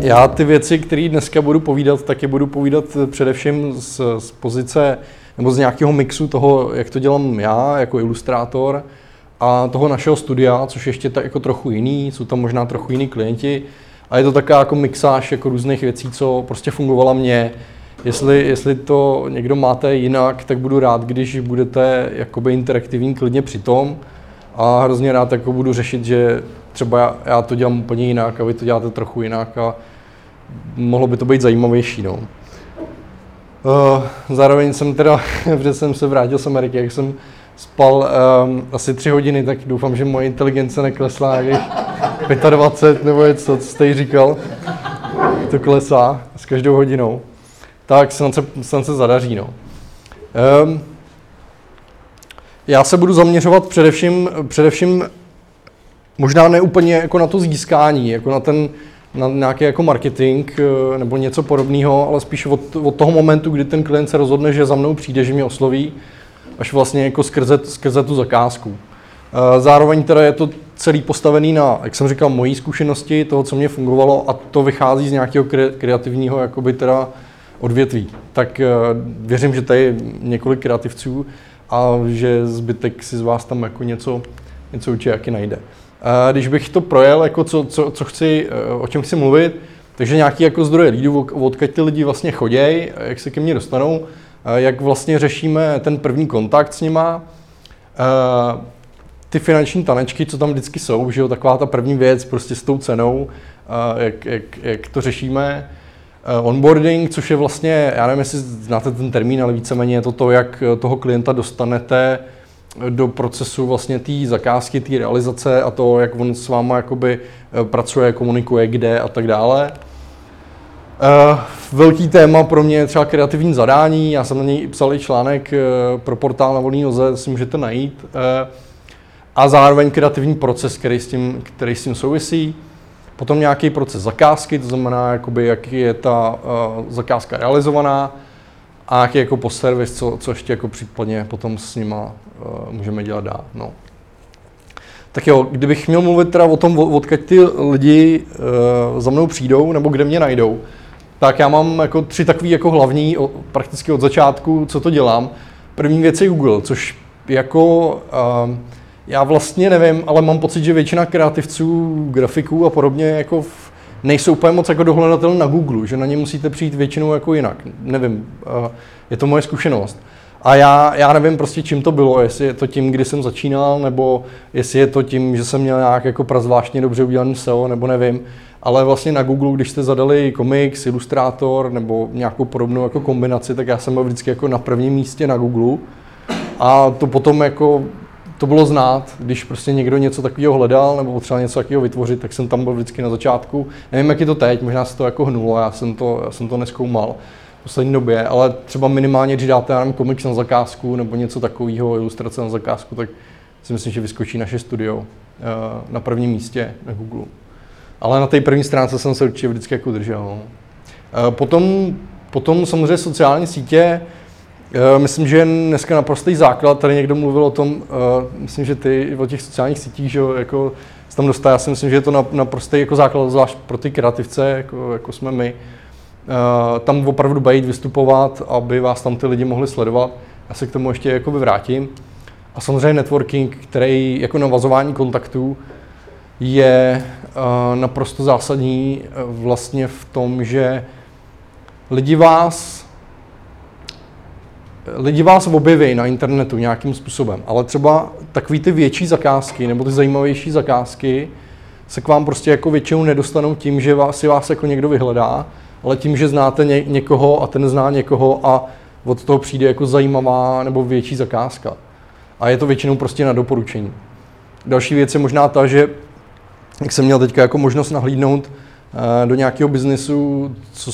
Já ty věci, které dneska budu povídat, tak je budu povídat především z pozice nebo z nějakého mixu toho, jak to dělám já jako ilustrátor a toho našeho studia, což ještě tak jako trochu jiný, jsou tam možná trochu jiní klienti a je to taková jako mixáž jako různých věcí, co prostě fungovala mně. Jestli to někdo máte jinak, tak budu rád, když budete jakoby interaktivní klidně při tom a hrozně rád jako budu řešit, že třeba já to dělám úplně jinak a vy to děláte trochu jinak a mohlo by to být zajímavější. No. Zároveň jsem teda, protože jsem se vrátil z Ameriky, jak jsem spal asi 3 hodiny, tak doufám, že moje inteligence neklesla nějakých 25 nebo něco, co jste jí říkal. To klesá s každou hodinou. Tak snad se zadaří. No. Já se budu zaměřovat především možná ne úplně jako na to získání, jako na nějaký jako marketing nebo něco podobného, ale spíš od toho momentu, kdy ten klient se rozhodne, že za mnou přijde, že mě osloví, až vlastně jako skrze tu zakázku. Zároveň teda je to celý postavený na, jak jsem říkal, mojí zkušenosti, toho, co mě fungovalo a to vychází z nějakého kreativního jakoby teda odvětví. Tak věřím, že tady je několik kreativců a že zbytek si z vás tam jako něco určitě jaký najde. Když bych to projel, jako co chci, o čem chci mluvit, takže nějaký jako zdroje lídů, odkud ty lidi vlastně chodějí, jak se ke mně dostanou, jak vlastně řešíme ten první kontakt s nima, ty finanční tanečky, co tam vždycky jsou, že jo, taková ta první věc prostě s tou cenou, jak to řešíme, onboarding, což je vlastně, já nevím, jestli znáte ten termín, ale víceméně je to, jak toho klienta dostanete do procesu vlastně té zakázky, té realizace a to, jak on s váma jakoby pracuje, komunikuje, kde a tak dále. Velký téma pro mě je třeba kreativní zadání, já jsem na něj psal i článek pro portál Na volné noze, si můžete najít. A zároveň kreativní proces, který s tím souvisí. Potom nějaký proces zakázky, to znamená, jakoby, jak je ta zakázka realizovaná a jaký jako post-service, co ještě jako případně potom s nima můžeme dělat dál. No. Tak jo, kdybych měl mluvit teda o tom, odkud ty lidi za mnou přijdou nebo kde mě najdou, tak já mám jako 3 takový jako hlavní, prakticky od začátku, co to dělám. První věc je Google, což jako já vlastně nevím, ale mám pocit, že většina kreativců, grafiků a podobně jako nejsou úplně moc jako dohledatelné na Google, že na ně musíte přijít většinou jako jinak. Nevím, je to moje zkušenost. A já nevím prostě, čím to bylo, jestli je to tím, kdy jsem začínal, nebo jestli je to tím, že jsem měl nějak jako prazvláštně dobře udělaný SEO, nebo nevím. Ale vlastně na Google, když jste zadali komiks, ilustrátor nebo nějakou podobnou jako kombinaci, tak já jsem byl vždycky jako na prvním místě na Google. A to potom jako to bylo znát, když prostě někdo něco takového hledal nebo potřeboval něco takového vytvořit, tak jsem tam byl vždycky na začátku. Nevím, jak je to teď, možná se to jako hnulo, já jsem to nezkoumal v poslední době, ale třeba minimálně, když dáte komiks na zakázku nebo něco takového, ilustrace na zakázku, tak si myslím, že vyskočí naše studio na prvním místě na Google. Ale na té první stránce jsem se určitě vždycky jako držel. Potom samozřejmě sociální sítě. Myslím, že je dneska naprostý základ, tady někdo mluvil o tom, myslím, že ty o těch sociálních sítích, že jako se tam dostává, já si myslím, že je to naprostý jako základ, zvlášť pro ty kreativce, jako jsme my. Tam opravdu být, vystupovat, aby vás tam ty lidi mohli sledovat. Já se k tomu ještě jako vrátím. A samozřejmě networking, který jako navazování kontaktů je naprosto zásadní vlastně v tom, že lidi vás objeví na internetu nějakým způsobem, ale třeba takový ty větší zakázky nebo ty zajímavější zakázky se k vám prostě jako většinou nedostanou tím, že si vás jako někdo vyhledá, ale tím, že znáte někoho a ten zná někoho a od toho přijde jako zajímavá nebo větší zakázka. A je to většinou prostě na doporučení. Další věc je možná ta, že jak jsem měl teďka jako možnost nahlídnout do nějakého biznesu,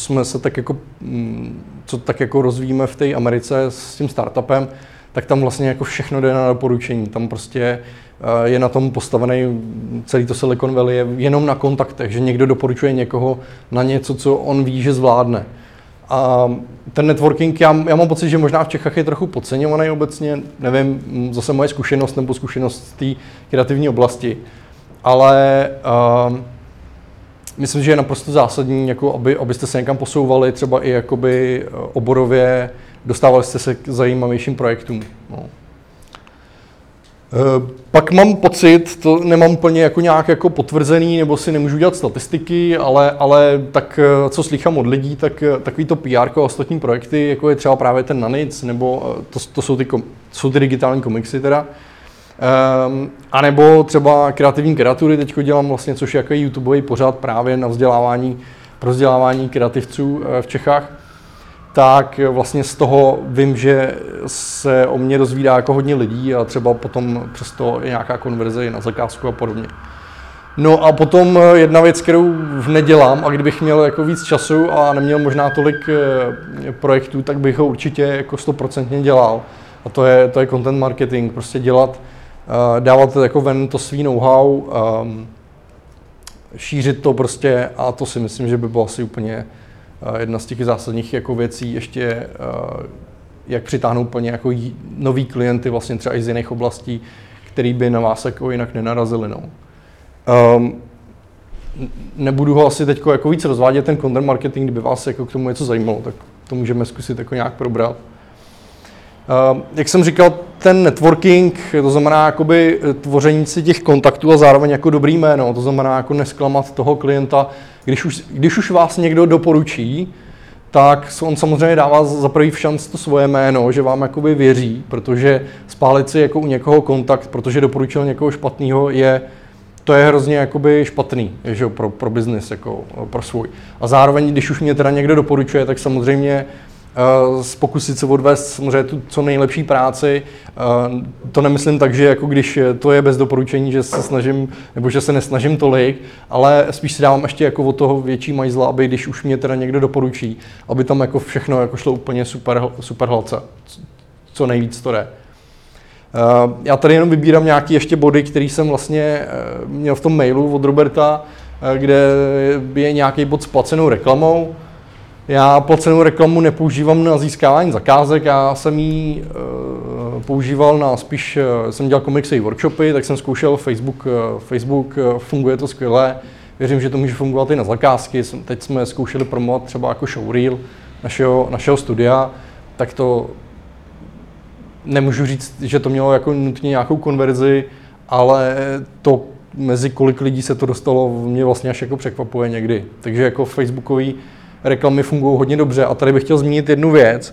co tak jako rozvíjíme v té Americe s tím startupem, tak tam vlastně jako všechno jde na doporučení. Tam prostě je na tom postavený celý to Silicon Valley je jenom na kontaktech, že někdo doporučuje někoho na něco, co on ví, že zvládne. A ten networking, já mám pocit, že možná v Čechách je trochu podceňovaný obecně, nevím, zase moje zkušenost nebo zkušenost z té kreativní oblasti, ale myslím, že je naprosto zásadní, jako abyste se někam posouvali, třeba i jakoby oborově, dostávali jste se k zajímavějším projektům. No. Pak mám pocit, to nemám úplně jako nějak jako potvrzený, nebo si nemůžu dělat statistiky, ale tak, co slychám od lidí, tak takový to PR a ostatní projekty, jako je třeba právě ten Nanic, nebo to jsou ty digitální komiksy teda, a nebo třeba kreativní kreatury, teďko dělám vlastně, což je jako YouTubeový pořad právě na pro vzdělávání kreativců v Čechách, tak vlastně z toho vím, že se o mě dozvídá jako hodně lidí a třeba potom přesto je nějaká konverze na zakázku a podobně. No a potom jedna věc, kterou nedělám, a kdybych měl jako víc času a neměl možná tolik projektů, tak bych ho určitě jako 100% dělal. A to je content marketing, prostě dávat jako ven to svý know-how, šířit to prostě, a to si myslím, že by bylo asi úplně jedna z těch zásadních jako věcí, ještě jak přitáhnout úplně jako nový klienty vlastně třeba i z jiných oblastí, který by na vás jako jinak nenarazili. No. Nebudu ho asi teď jako víc rozvádět, ten content marketing, kdyby vás jako k tomu něco zajímalo, tak to můžeme zkusit jako nějak probrat. Jak jsem říkal, ten networking, to znamená jakoby tvoření si těch kontaktů a zároveň jako dobrý jméno, to znamená jako nesklamat toho klienta, když už vás někdo doporučí, tak on samozřejmě dává za prvý v šanc to svoje jméno, že vám jakoby věří, protože spálit si jako u někoho kontakt, protože doporučil někoho špatného, to je hrozně jakoby špatný, že pro biznis, jako pro svůj. A zároveň, když už mě teda někdo doporučuje, tak samozřejmě pokusit se odvést samozřejmě tu co nejlepší práci. To nemyslím tak, že jako když to je bez doporučení, že se snažím, nebo že se nesnažím tolik, ale spíš si dávám ještě jako od toho větší majzla, aby když už mě teda někdo doporučí, aby tam jako všechno jako šlo úplně super hladce, co nejvíc to jde. Já tady jenom vybírám nějaké ještě body, které jsem vlastně měl v tom mailu od Roberta, kde je nějaký bod s placenou reklamou. Já placenou reklamu nepoužívám na získávání zakázek, já jsem ji používal jsem dělal komiksy workshopy, tak jsem zkoušel Facebook, funguje to skvěle, věřím, že to může fungovat i na zakázky, teď jsme zkoušeli promovat třeba jako showreel našeho studia, tak to nemůžu říct, že to mělo jako nutně nějakou konverzi, ale to mezi kolik lidí se to dostalo, mě vlastně až jako překvapuje někdy, takže jako facebookový reklamy fungují hodně dobře. A tady bych chtěl zmínit jednu věc.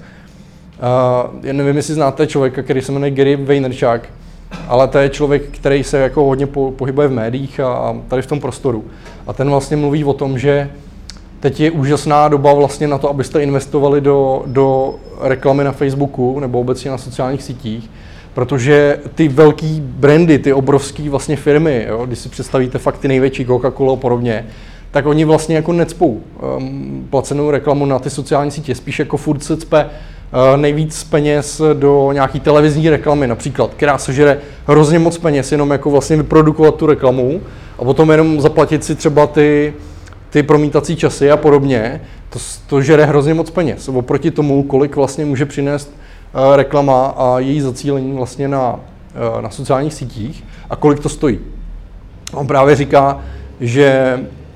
Já nevím, jestli znáte člověka, který se jmenuje Gary Vaynerchuk, ale to je člověk, který se jako hodně pohybuje v médiích a tady v tom prostoru. A ten vlastně mluví o tom, že teď je úžasná doba vlastně na to, abyste investovali do reklamy na Facebooku nebo obecně na sociálních sítích, protože ty velký brandy, ty obrovské vlastně firmy, jo, když si představíte fakt ty největší Coca-Cola a podobně, tak oni vlastně jako necpou placenou reklamu na ty sociální sítě, spíš jako furt se cpe nejvíc peněz do nějaký televizní reklamy například, která sežere hrozně moc peněz, jenom jako vlastně vyprodukovat tu reklamu a potom jenom zaplatit si třeba ty promítací časy a podobně, to žere hrozně moc peněz. Oproti tomu, kolik vlastně může přinést reklama a její zacílení vlastně na sociálních sítích a kolik to stojí. On právě říká, že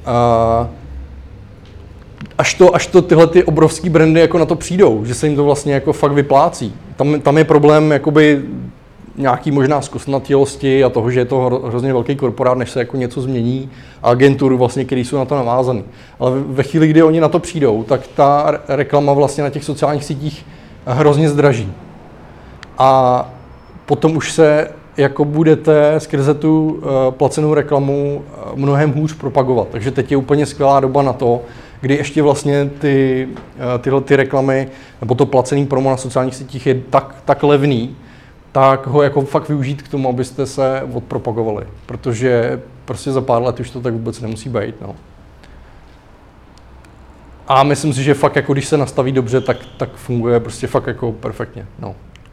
až to tyhle ty obrovský brandy jako na to přijdou, že se jim to vlastně jako fakt vyplácí. Tam je problém jakoby nějaký možná zkostnatělosti a toho, že je to hrozně velký korporát, než se jako něco změní a agentury vlastně, které jsou na to navázané. Ale ve chvíli, kdy oni na to přijdou, tak ta reklama vlastně na těch sociálních sítích hrozně zdraží. A potom už se jako budete skrze tu placenou reklamu mnohem hůř propagovat. Takže teď je úplně skvělá doba na to, kdy ještě vlastně tyhle reklamy nebo to placený promo na sociálních sítích je tak levný, tak ho jako fakt využít k tomu, abyste se odpropagovali. Protože prostě za pár let už to tak vůbec nemusí být. No. A myslím si, že fakt jako když se nastaví dobře, tak funguje prostě fakt jako perfektně. No.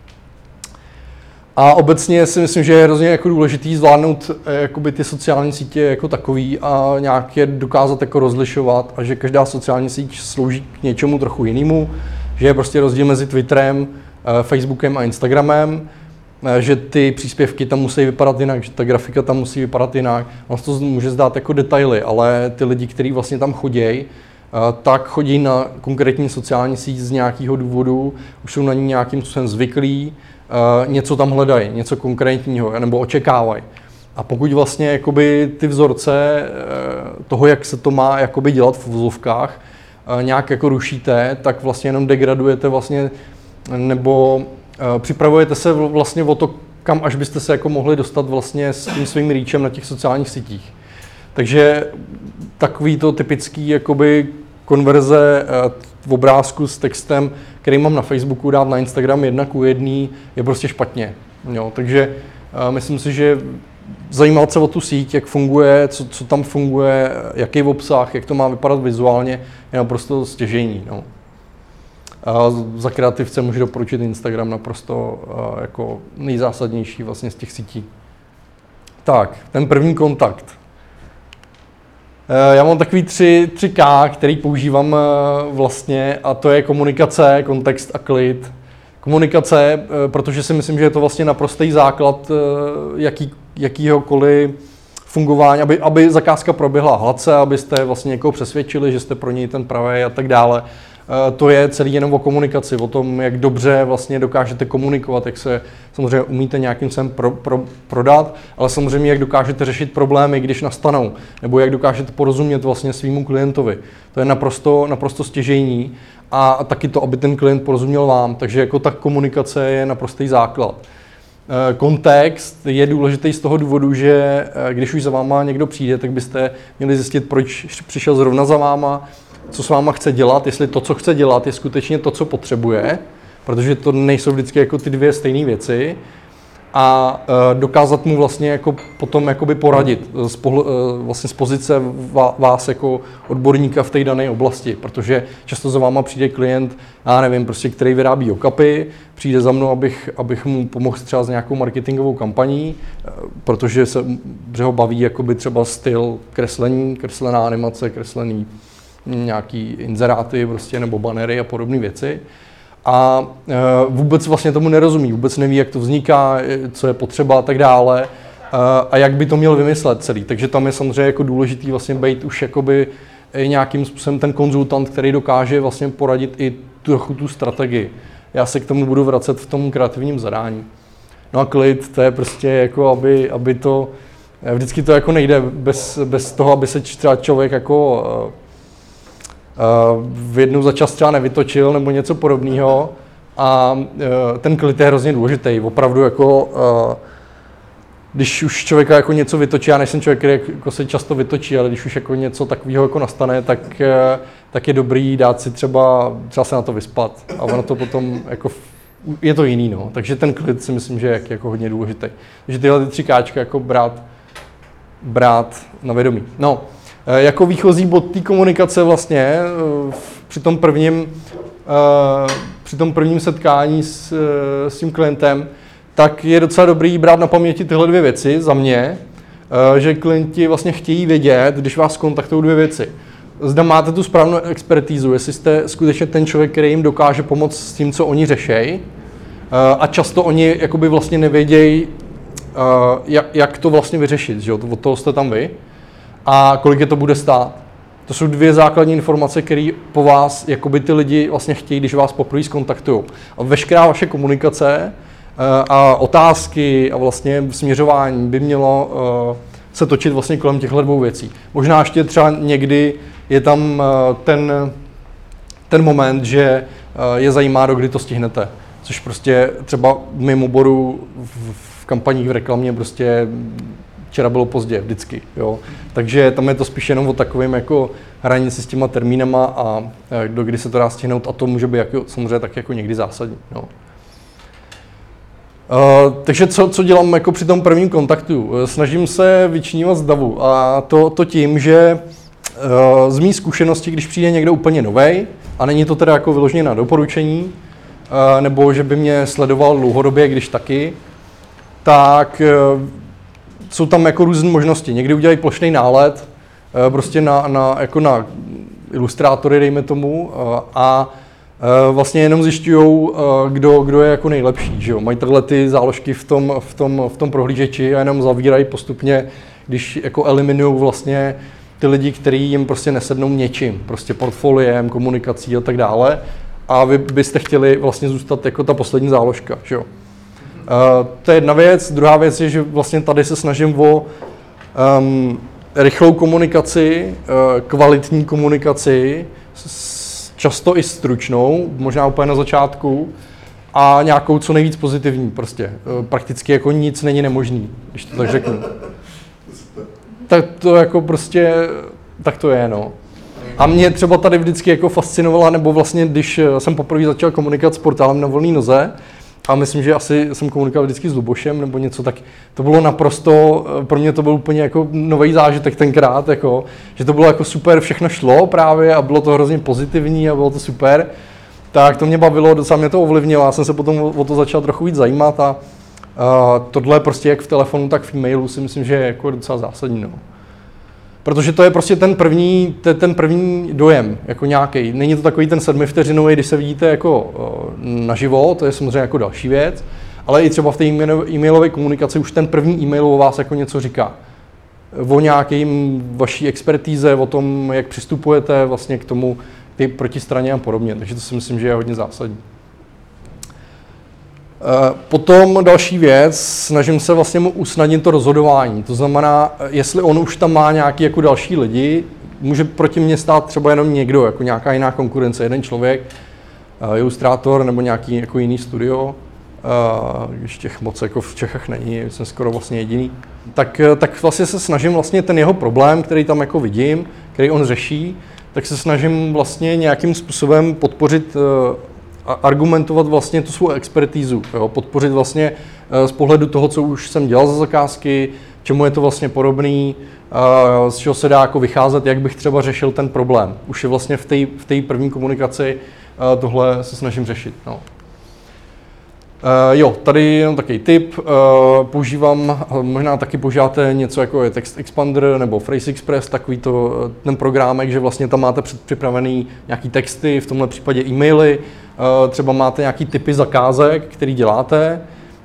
A obecně si myslím, že je hrozně jako důležitý zvládnout jakoby ty sociální sítě jako takový a nějak je dokázat jako rozlišovat a že každá sociální síť slouží k něčemu trochu jinému, že je prostě rozdíl mezi Twitterem, Facebookem a Instagramem že ty příspěvky tam musí vypadat jinak, že ta grafika tam musí vypadat jinak. Ono to může zdát jako detaily, ale ty lidi, kteří vlastně tam chodí, tak chodí na konkrétní sociální síť z nějakého důvodu, už jsou na ní nějakým způsobem zvyklí, něco tam hledají, něco konkrétního, nebo očekávají. A pokud vlastně jakoby ty vzorce toho, jak se to má jakoby dělat v vozovkách, nějak jako rušíte, tak vlastně jenom degradujete vlastně, nebo připravujete se vlastně o to, kam až byste se jako mohli dostat vlastně s tím svým reachem na těch sociálních sítích. Takže takový to typický jakoby konverze v obrázku s textem, který mám na Facebooku, dát na Instagram 1:1, je prostě špatně. Jo, takže myslím si, že zajímat se o tu síť, jak funguje, co tam funguje, jaký je obsah, jak to má vypadat vizuálně, je naprosto stěžejní. No. A za kreativce můžu doporučit Instagram naprosto jako nejzásadnější vlastně z těch sítí. Tak, ten první kontakt. Já mám takový 3K, který používám vlastně, a to je komunikace, kontext a klid. Komunikace, protože si myslím, že je to vlastně naprostý základ jakýhokoliv fungování, aby zakázka proběhla hladce, abyste vlastně někoho přesvědčili, že jste pro něj ten pravý a tak dále. To je celý jenom o komunikaci, o tom, jak dobře vlastně dokážete komunikovat, jak se samozřejmě umíte nějakým způsobem prodat, ale samozřejmě jak dokážete řešit problémy, když nastanou, nebo jak dokážete porozumět vlastně svýmu klientovi. To je naprosto stěžejní a taky to, aby ten klient porozuměl vám, takže jako ta komunikace je naprostý základ. Kontext je důležitý z toho důvodu, že když už za váma někdo přijde, tak byste měli zjistit, proč přišel zrovna za váma, co s váma chce dělat, jestli to, co chce dělat, je skutečně to, co potřebuje, protože to nejsou vždycky jako ty dvě stejné věci, a dokázat mu vlastně jako potom jakoby poradit vlastně z pozice vás jako odborníka v té dané oblasti, protože často za váma přijde klient, já nevím, prostě, který vyrábí okapy, přijde za mnou, abych mu pomohl třeba s nějakou marketingovou kampaní, protože ho baví jakoby třeba styl kreslení, kreslená animace, kreslený nějaký inzeráty prostě, nebo banery a podobné věci. A vůbec vlastně tomu nerozumí, vůbec neví, jak to vzniká, co je potřeba a tak dále, a jak by to měl vymyslet celý. Takže tam je samozřejmě jako důležitý vlastně být už jakoby nějakým způsobem ten konzultant, který dokáže vlastně poradit i trochu tu strategii. Já se k tomu budu vracet v tom kreativním zadání. No a klid, to je prostě jako, aby to, vždycky to jako nejde bez toho, aby se třeba člověk jako v jednu za čas třeba nevytočil nebo něco podobného, a ten klid je hrozně důležitý. Opravdu jako, když už člověka jako něco vytočí, já nejsem člověk, který jako se často vytočí, ale když už jako něco takového jako nastane, tak je dobrý dát si třeba se na to vyspat, a ono to potom jako je to jiný, no. Takže ten klid si myslím, že je jako hodně důležitý. Takže tyhle 3Káčka jako brát na vědomí. No. Jako výchozí bod té komunikace vlastně při tom prvním setkání s tím klientem, tak je docela dobrý brát na paměti tyhle dvě věci za mě, že klienti vlastně chtějí vědět, když vás kontaktují, dvě věci. Zda máte tu správnou expertízu, jestli jste skutečně ten člověk, který jim dokáže pomoct s tím, co oni řešejí, a často oni jakoby vlastně nevědějí, jak to vlastně vyřešit, že jo? Od toho jste tam vy. A kolik je to bude stát. To jsou dvě základní informace, které po vás jakoby ty lidi vlastně chtějí, když vás poprvé zkontaktují. A veškerá vaše komunikace a otázky a vlastně směřování by mělo se točit vlastně kolem těchto dvou věcí. Možná ještě třeba někdy je tam ten moment, že je zajímá, dokdy to stihnete. Což prostě třeba v mém oboru v kampaních v reklamě prostě včera bylo pozdě, vždycky, jo. Takže tam je to spíš jenom o takovém jako hraní si s těma termínama a dokdy se to dá stihnout, a to může být jako, samozřejmě tak jako někdy zásadní, no. Takže co dělám jako při tom prvním kontaktu? Snažím se vyčnívat z davu, a to tím, že z mý zkušenosti, když přijde někdo úplně novej, a není to teda jako vyloženě na doporučení, nebo že by mě sledoval dlouhodobě, když taky, tak jsou tam jako různé možnosti. Někdy udělají plošný nálet, prostě na ilustrátory, dejme tomu, a vlastně jenom zjišťují, kdo je jako nejlepší, že jo. Mají takhle ty záložky v tom prohlížeči a jenom zavírají postupně, když jako eliminují vlastně ty lidi, kteří jim prostě nesednou něčím, prostě portfoliem, komunikací a tak dále. A vy byste chtěli vlastně zůstat jako ta poslední záložka, že jo. To je jedna věc. Druhá věc je, že vlastně tady se snažím o rychlou komunikaci, kvalitní komunikaci, často i stručnou, možná úplně na začátku, a nějakou co nejvíc pozitivní prostě. Prakticky jako nic není nemožný, když to tak řeknu. Tak to jako prostě, tak to je, no. A mě třeba tady vždycky jako fascinovala, nebo vlastně když jsem poprvé začal komunikovat s portálem Na volné noze, a myslím, že asi jsem komunikoval vždycky s Lubošem nebo něco, tak to bylo naprosto, pro mě to byl úplně jako nový zážitek tenkrát, jako, že to bylo jako super, všechno šlo právě a bylo to hrozně pozitivní a bylo to super. Tak to mě bavilo, docela mě to ovlivnilo, já jsem se potom o to začal trochu víc zajímat a tohle prostě jak v telefonu, tak v e-mailu si myslím, že je jako docela zásadní. No. Protože to je prostě ten první dojem, jako nějaký. Není to takový ten 7vteřinový, když se vidíte jako naživo, to je samozřejmě jako další věc, ale i třeba v té e-mailové komunikaci už ten první e-mail o vás jako něco říká. O nějakým vaší expertíze, o tom, jak přistupujete vlastně k tomu, k té protistraně a podobně. Takže to si myslím, že je hodně zásadní. Potom další věc, snažím se vlastně mu usnadnit to rozhodování. To znamená, jestli on už tam má nějaký jako další lidi, může proti mně stát třeba jenom někdo, jako nějaká jiná konkurence, jeden člověk, ilustrátor nebo nějaký jako jiný studio, když těch moc jako v Čechách není, jsem skoro vlastně jediný. Tak vlastně se snažím vlastně ten jeho problém, který tam jako vidím, který on řeší, tak se snažím vlastně nějakým způsobem podpořit a argumentovat vlastně tu svou expertízu, jo? Podpořit vlastně z pohledu toho, co už jsem dělal za zakázky, čemu je to vlastně podobný, z čeho se dá jako vycházet, jak bych třeba řešil ten problém. Už je vlastně v té první komunikaci tohle se snažím řešit. No. Jo, tady jenom takový tip, používám, možná taky používáte něco jako je Text Expander nebo Phrase Express, takový ten programek, že vlastně tam máte připravený nějaký texty, v tomhle případě e-maily, třeba máte nějaký typy zakázek, který děláte.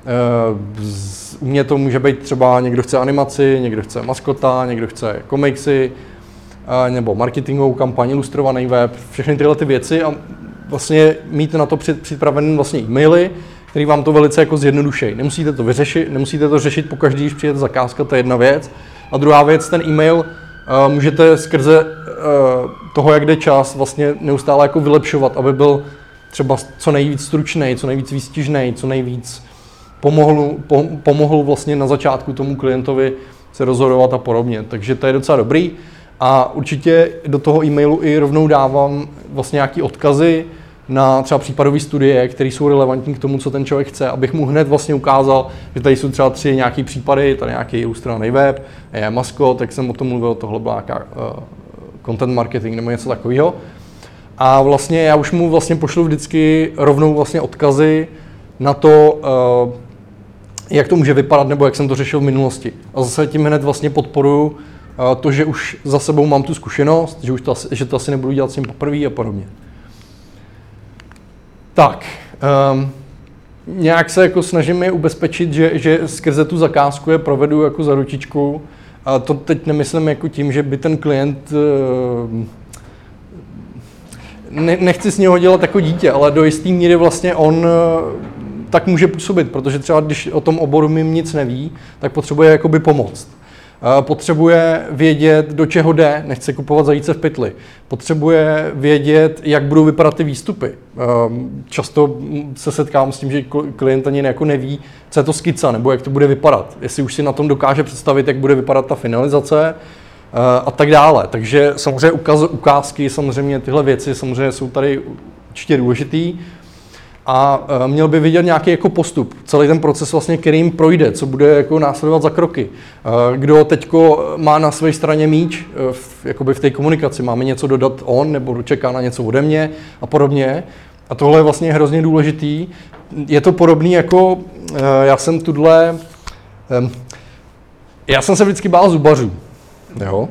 U mě to může být třeba někdo chce animaci, někdo chce maskota, někdo chce komiksy, nebo marketingovou kampaň, ilustrovaný web, všechny tyhle ty věci a vlastně mít na to připravený vlastně e-maily, který vám to velice jako zjednodušejí. Nemusíte to vyřešit, nemusíte to řešit pokaždý, když přijde zakázka, to je jedna věc. A druhá věc, ten e-mail můžete skrze toho, jak jde čas, vlastně neustále jako vylepšovat, aby byl třeba co nejvíc stručnej, co nejvíc výstižnej, co nejvíc pomohl vlastně na začátku tomu klientovi se rozhodovat a podobně. Takže to je docela dobrý. A určitě do toho e-mailu i rovnou dávám vlastně nějaký odkazy na třeba případové studie, které jsou relevantní k tomu, co ten člověk chce, abych mu hned vlastně ukázal, že tady jsou třeba 3 nějaký případy, tady nějaký ilustrovaný web, je maskot, jak jsem o tom mluvil, tohle byla nějaká content marketing nebo něco takového. A vlastně já už mu vlastně pošlu vždycky rovnou vlastně odkazy na to, jak to může vypadat, nebo jak jsem to řešil v minulosti. A zase tím hned vlastně podporuju to, že už za sebou mám tu zkušenost, že to asi nebudu dělat s ním poprvé a podobně. Tak, nějak se jako snažím je ubezpečit, že skrze tu zakázku je provedu jako za ručičku. A to teď nemyslím jako tím, že by ten klient, nechci z něho dělat jako dítě, ale do jistý míry vlastně on tak může působit, protože třeba když o tom oboru mým nic neví, tak potřebuje jakoby pomoct. Potřebuje vědět, do čeho jde, nechce kupovat zajíce v pytli. Potřebuje vědět, jak budou vypadat ty výstupy. Často se setkám s tím, že klient ani jako neví, co je to skica, nebo jak to bude vypadat. Jestli už si na tom dokáže představit, jak bude vypadat ta finalizace a tak dále. Takže samozřejmě ukázky, samozřejmě tyhle věci samozřejmě jsou tady určitě důležitý. A měl by vidět nějaký jako postup, celý ten proces vlastně, kterým projde, co bude jako následovat za kroky. Kdo teďko má na své straně míč, jakoby v té komunikaci, máme něco dodat on, nebo čeká na něco ode mě a podobně. A tohle je vlastně hrozně důležitý. Je to podobný jako, já jsem se vždycky bál zubařů, jo.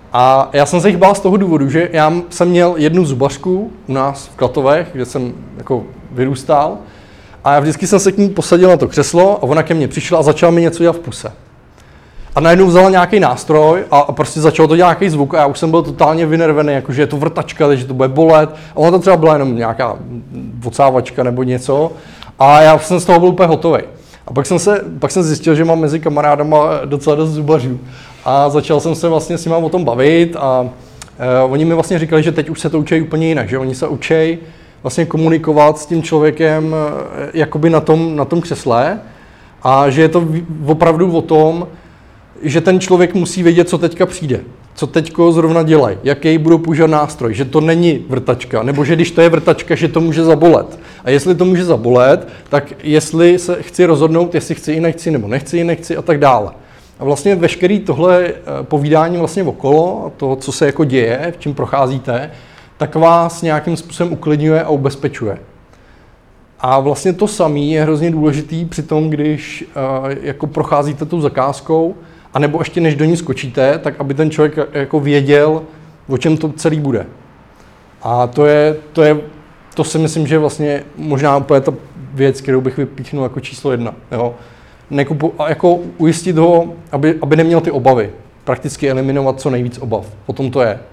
A já jsem se jich bál z toho důvodu, že já jsem měl jednu zubařku u nás v Klatovech, kde jsem jako vyrůstal, a já vždycky jsem se k ní posadil na to křeslo a ona ke mně přišla a začala mi něco dělat v puse. A najednou vzala nějaký nástroj a prostě začalo to dělat nějaký zvuk a já už jsem byl totálně vynervený, jakože je to vrtačka, takže to bude bolet. A ona to třeba byla jenom nějaká odsávačka nebo něco a já jsem z toho byl úplně hotový. A pak jsem zjistil, že mám mezi kamarádama docela dost zubařů. A začal jsem se vlastně s nimi o tom bavit a oni mi vlastně říkali, že teď už se to učí úplně jinak, že oni se učí vlastně komunikovat s tím člověkem jakoby na tom křesle a že je to opravdu o tom, že ten člověk musí vědět, co teďka přijde, co teďko zrovna dělají, jaký budou používat nástroj, že to není vrtačka, nebo že když to je vrtačka, že to může zabolet. A jestli to může zabolet, tak jestli se chci rozhodnout, jestli chci i nechci, nebo nechci i nechci a tak dále. A vlastně veškerý tohle povídání vlastně okolo, a to, co se jako děje, v čím procházíte, tak vás nějakým způsobem uklidňuje a ubezpečuje. A vlastně to samé je hrozně důležitý při tom, když jako procházíte tou zakázkou, anebo ještě než do ní skočíte, tak aby ten člověk jako věděl, o čem to celý bude. A to si myslím, že vlastně možná úplně ta věc, kterou bych vypíchnul jako číslo 1. Jo. Jako ujistit ho, aby neměl ty obavy. Prakticky eliminovat co nejvíc obav. Potom to je.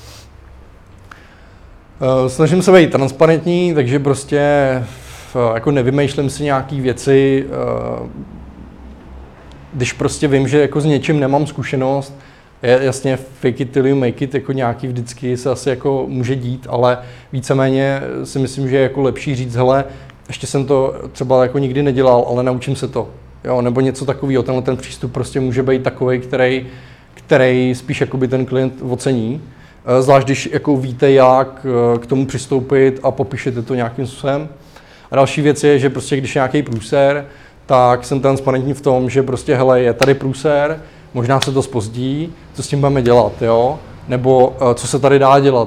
Snažím se být transparentní, takže prostě jako nevymýšlím si nějaký věci, když prostě vím, že jako s něčím nemám zkušenost, jasně fake it till you make it, jako nějaký vždycky se asi jako může dít, ale víceméně si myslím, že je jako lepší říct, hele, ještě jsem to třeba jako nikdy nedělal, ale naučím se to, jo, nebo něco takového, ten přístup prostě může být takovej, který spíš jakoby ten klient ocení, zvlášť když jako víte, jak k tomu přistoupit a popíšete to nějakým způsobem. A další věc je, že prostě když je nějaký průser, tak jsem transparentní v tom, že prostě hele, je tady průser, možná se to zpozdí, co s tím budeme dělat, jo? Nebo co se tady dá dělat,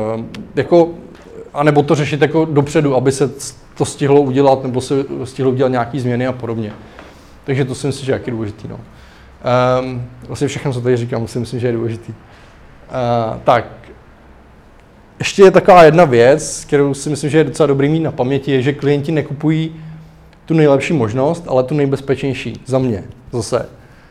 a nebo to řešit jako dopředu, aby se to stihlo udělat, nebo se stihlo udělat nějaký změny a podobně. Takže to si myslím, že je taky důležitý, no. Vlastně všechno, co tady říkám, si myslím, že je důležitý. Tak, ještě je taková jedna věc, kterou si myslím, že je docela dobrý mít na paměti, je, že klienti nekupují tu nejlepší možnost, ale tu nejbezpečnější za mě zase.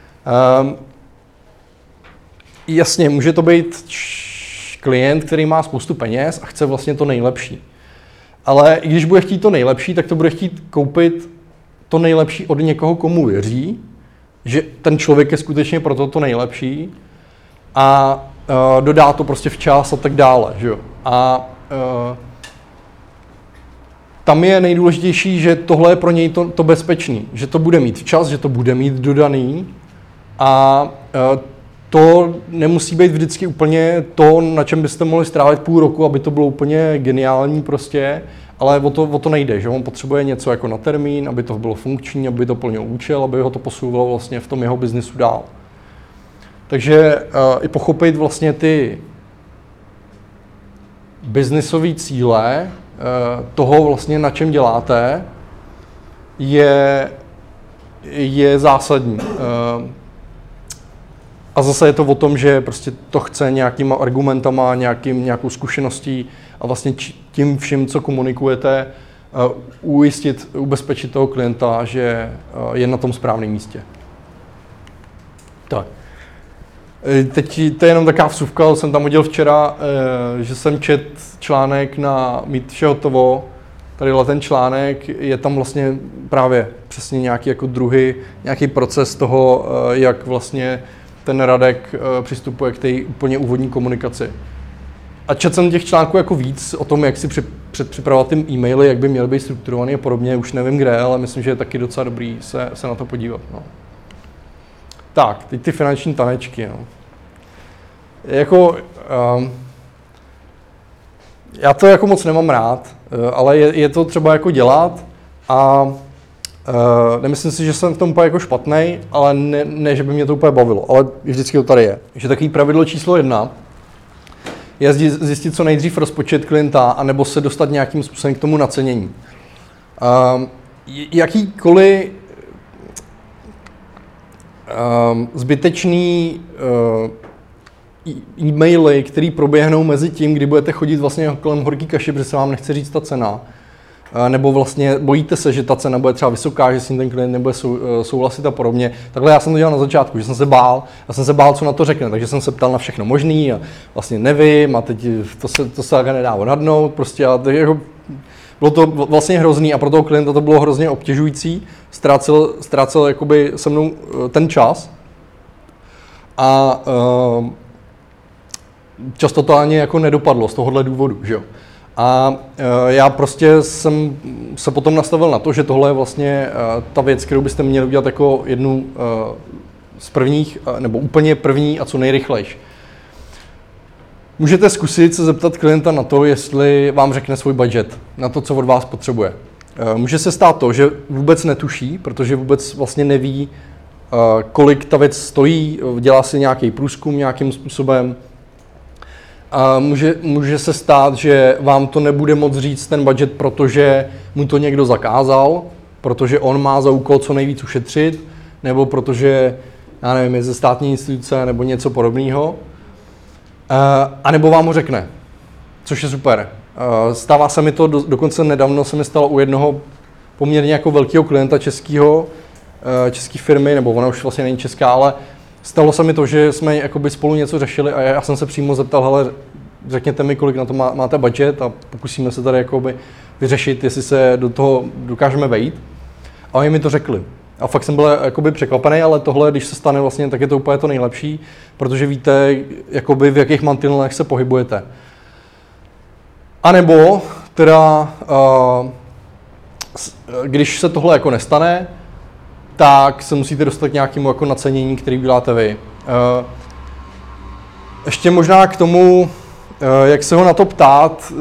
Jasně, může to být klient, který má spoustu peněz a chce vlastně to nejlepší. Ale i když bude chtít to nejlepší, tak to bude chtít koupit to nejlepší od někoho, komu věří, že ten člověk je skutečně pro to nejlepší a dodá to prostě včas a tak dále. Že jo? A tam je nejdůležitější, že tohle je pro něj to bezpečný, že to bude mít včas, že to bude mít dodaný a to nemusí být vždycky úplně to, na čem byste mohli strávit půl roku, aby to bylo úplně geniální prostě, ale o to nejde, že on potřebuje něco jako na termín, aby to bylo funkční, aby to plnilo účel, aby ho to posouvalo vlastně v tom jeho biznisu dál. Takže i pochopit vlastně ty biznisové cíle toho vlastně, na čem děláte, je zásadní. A zase je to o tom, že prostě to chce nějakýma argumentama, nějakou zkušeností a vlastně tím vším, co komunikujete, ubezpečit toho klienta, že je na tom správném místě. Tak. Teď to je jenom taková vsuvka, jsem tam udělal včera, že jsem čet článek na Mít vše hotovo. Tadyhle ten článek, je tam vlastně právě přesně nějaký jako nějaký proces toho, jak vlastně ten Radek přistupuje k té úplně úvodní komunikaci. A četl jsem těch článků jako víc o tom, jak si předpřipravovat ty e-maily, jak by měly být strukturovaný a podobně, už nevím kde, ale myslím, že je taky docela dobrý se na to podívat. No. Tak, teď ty finanční tanečky. No. Já to jako moc nemám rád, ale je to třeba jako dělat a nemyslím si, že jsem v tom úplně jako špatnej, ale ne, že by mě to úplně bavilo, ale vždycky to tady je. Takže takový pravidlo číslo 1 je zjistit co nejdřív rozpočet klienta, anebo se dostat nějakým způsobem k tomu nacenění. Jakýkoliv zbytečný e-maily, které proběhnou mezi tím, kdy budete chodit vlastně kolem horký kaše, protože se vám nechce říct ta cena, nebo vlastně bojíte se, že ta cena bude třeba vysoká, že s tím ten klient nebude souhlasit a podobně. Takhle já jsem to dělal na začátku, že jsem se bál. Já jsem se bál, co na to řekne, takže jsem se ptal na všechno možný a vlastně nevím a teď to se také nedá odhadnout. Prostě a jako, bylo to vlastně hrozný a pro toho klienta to bylo hrozně obtěžující. Ztrácel jakoby se mnou ten čas a často to ani jako nedopadlo z tohohle důvodu, že jo. A já prostě jsem se potom nastavil na to, že tohle je vlastně ta věc, kterou byste měli udělat jako jednu z prvních, nebo úplně první a co nejrychlejší. Můžete zkusit se zeptat klienta na to, jestli vám řekne svůj budget, na to, co od vás potřebuje. Může se stát to, že vůbec netuší, protože vůbec vlastně neví, kolik ta věc stojí, dělá si nějaký průzkum nějakým způsobem. A může se stát, že vám to nebude moc říct ten budget, protože mu to někdo zakázal, protože on má za úkol co nejvíc ušetřit, nebo protože, já nevím, je ze státní instituce nebo něco podobného. A nebo vám ho řekne, což je super. Stává se mi to, dokonce nedávno se mi stalo u jednoho poměrně jako velkého klienta české firmy, nebo ona už vlastně není česká, ale stalo se mi to, že jsme jakoby spolu něco řešili a já jsem se přímo zeptal, hele, řekněte mi, kolik na to máte budget a pokusíme se tady jakoby vyřešit, jestli se do toho dokážeme vejít. A oni mi to řekli. A fakt jsem byl jakoby překvapený, ale tohle, když se stane vlastně, tak je to úplně to nejlepší, protože víte, jakoby v jakých mantinelech se pohybujete. A nebo teda, když se tohle jako nestane, tak se musíte dostat k nějakému jako nacenění, který uděláte vy. Ještě možná k tomu, jak se ho na to ptát,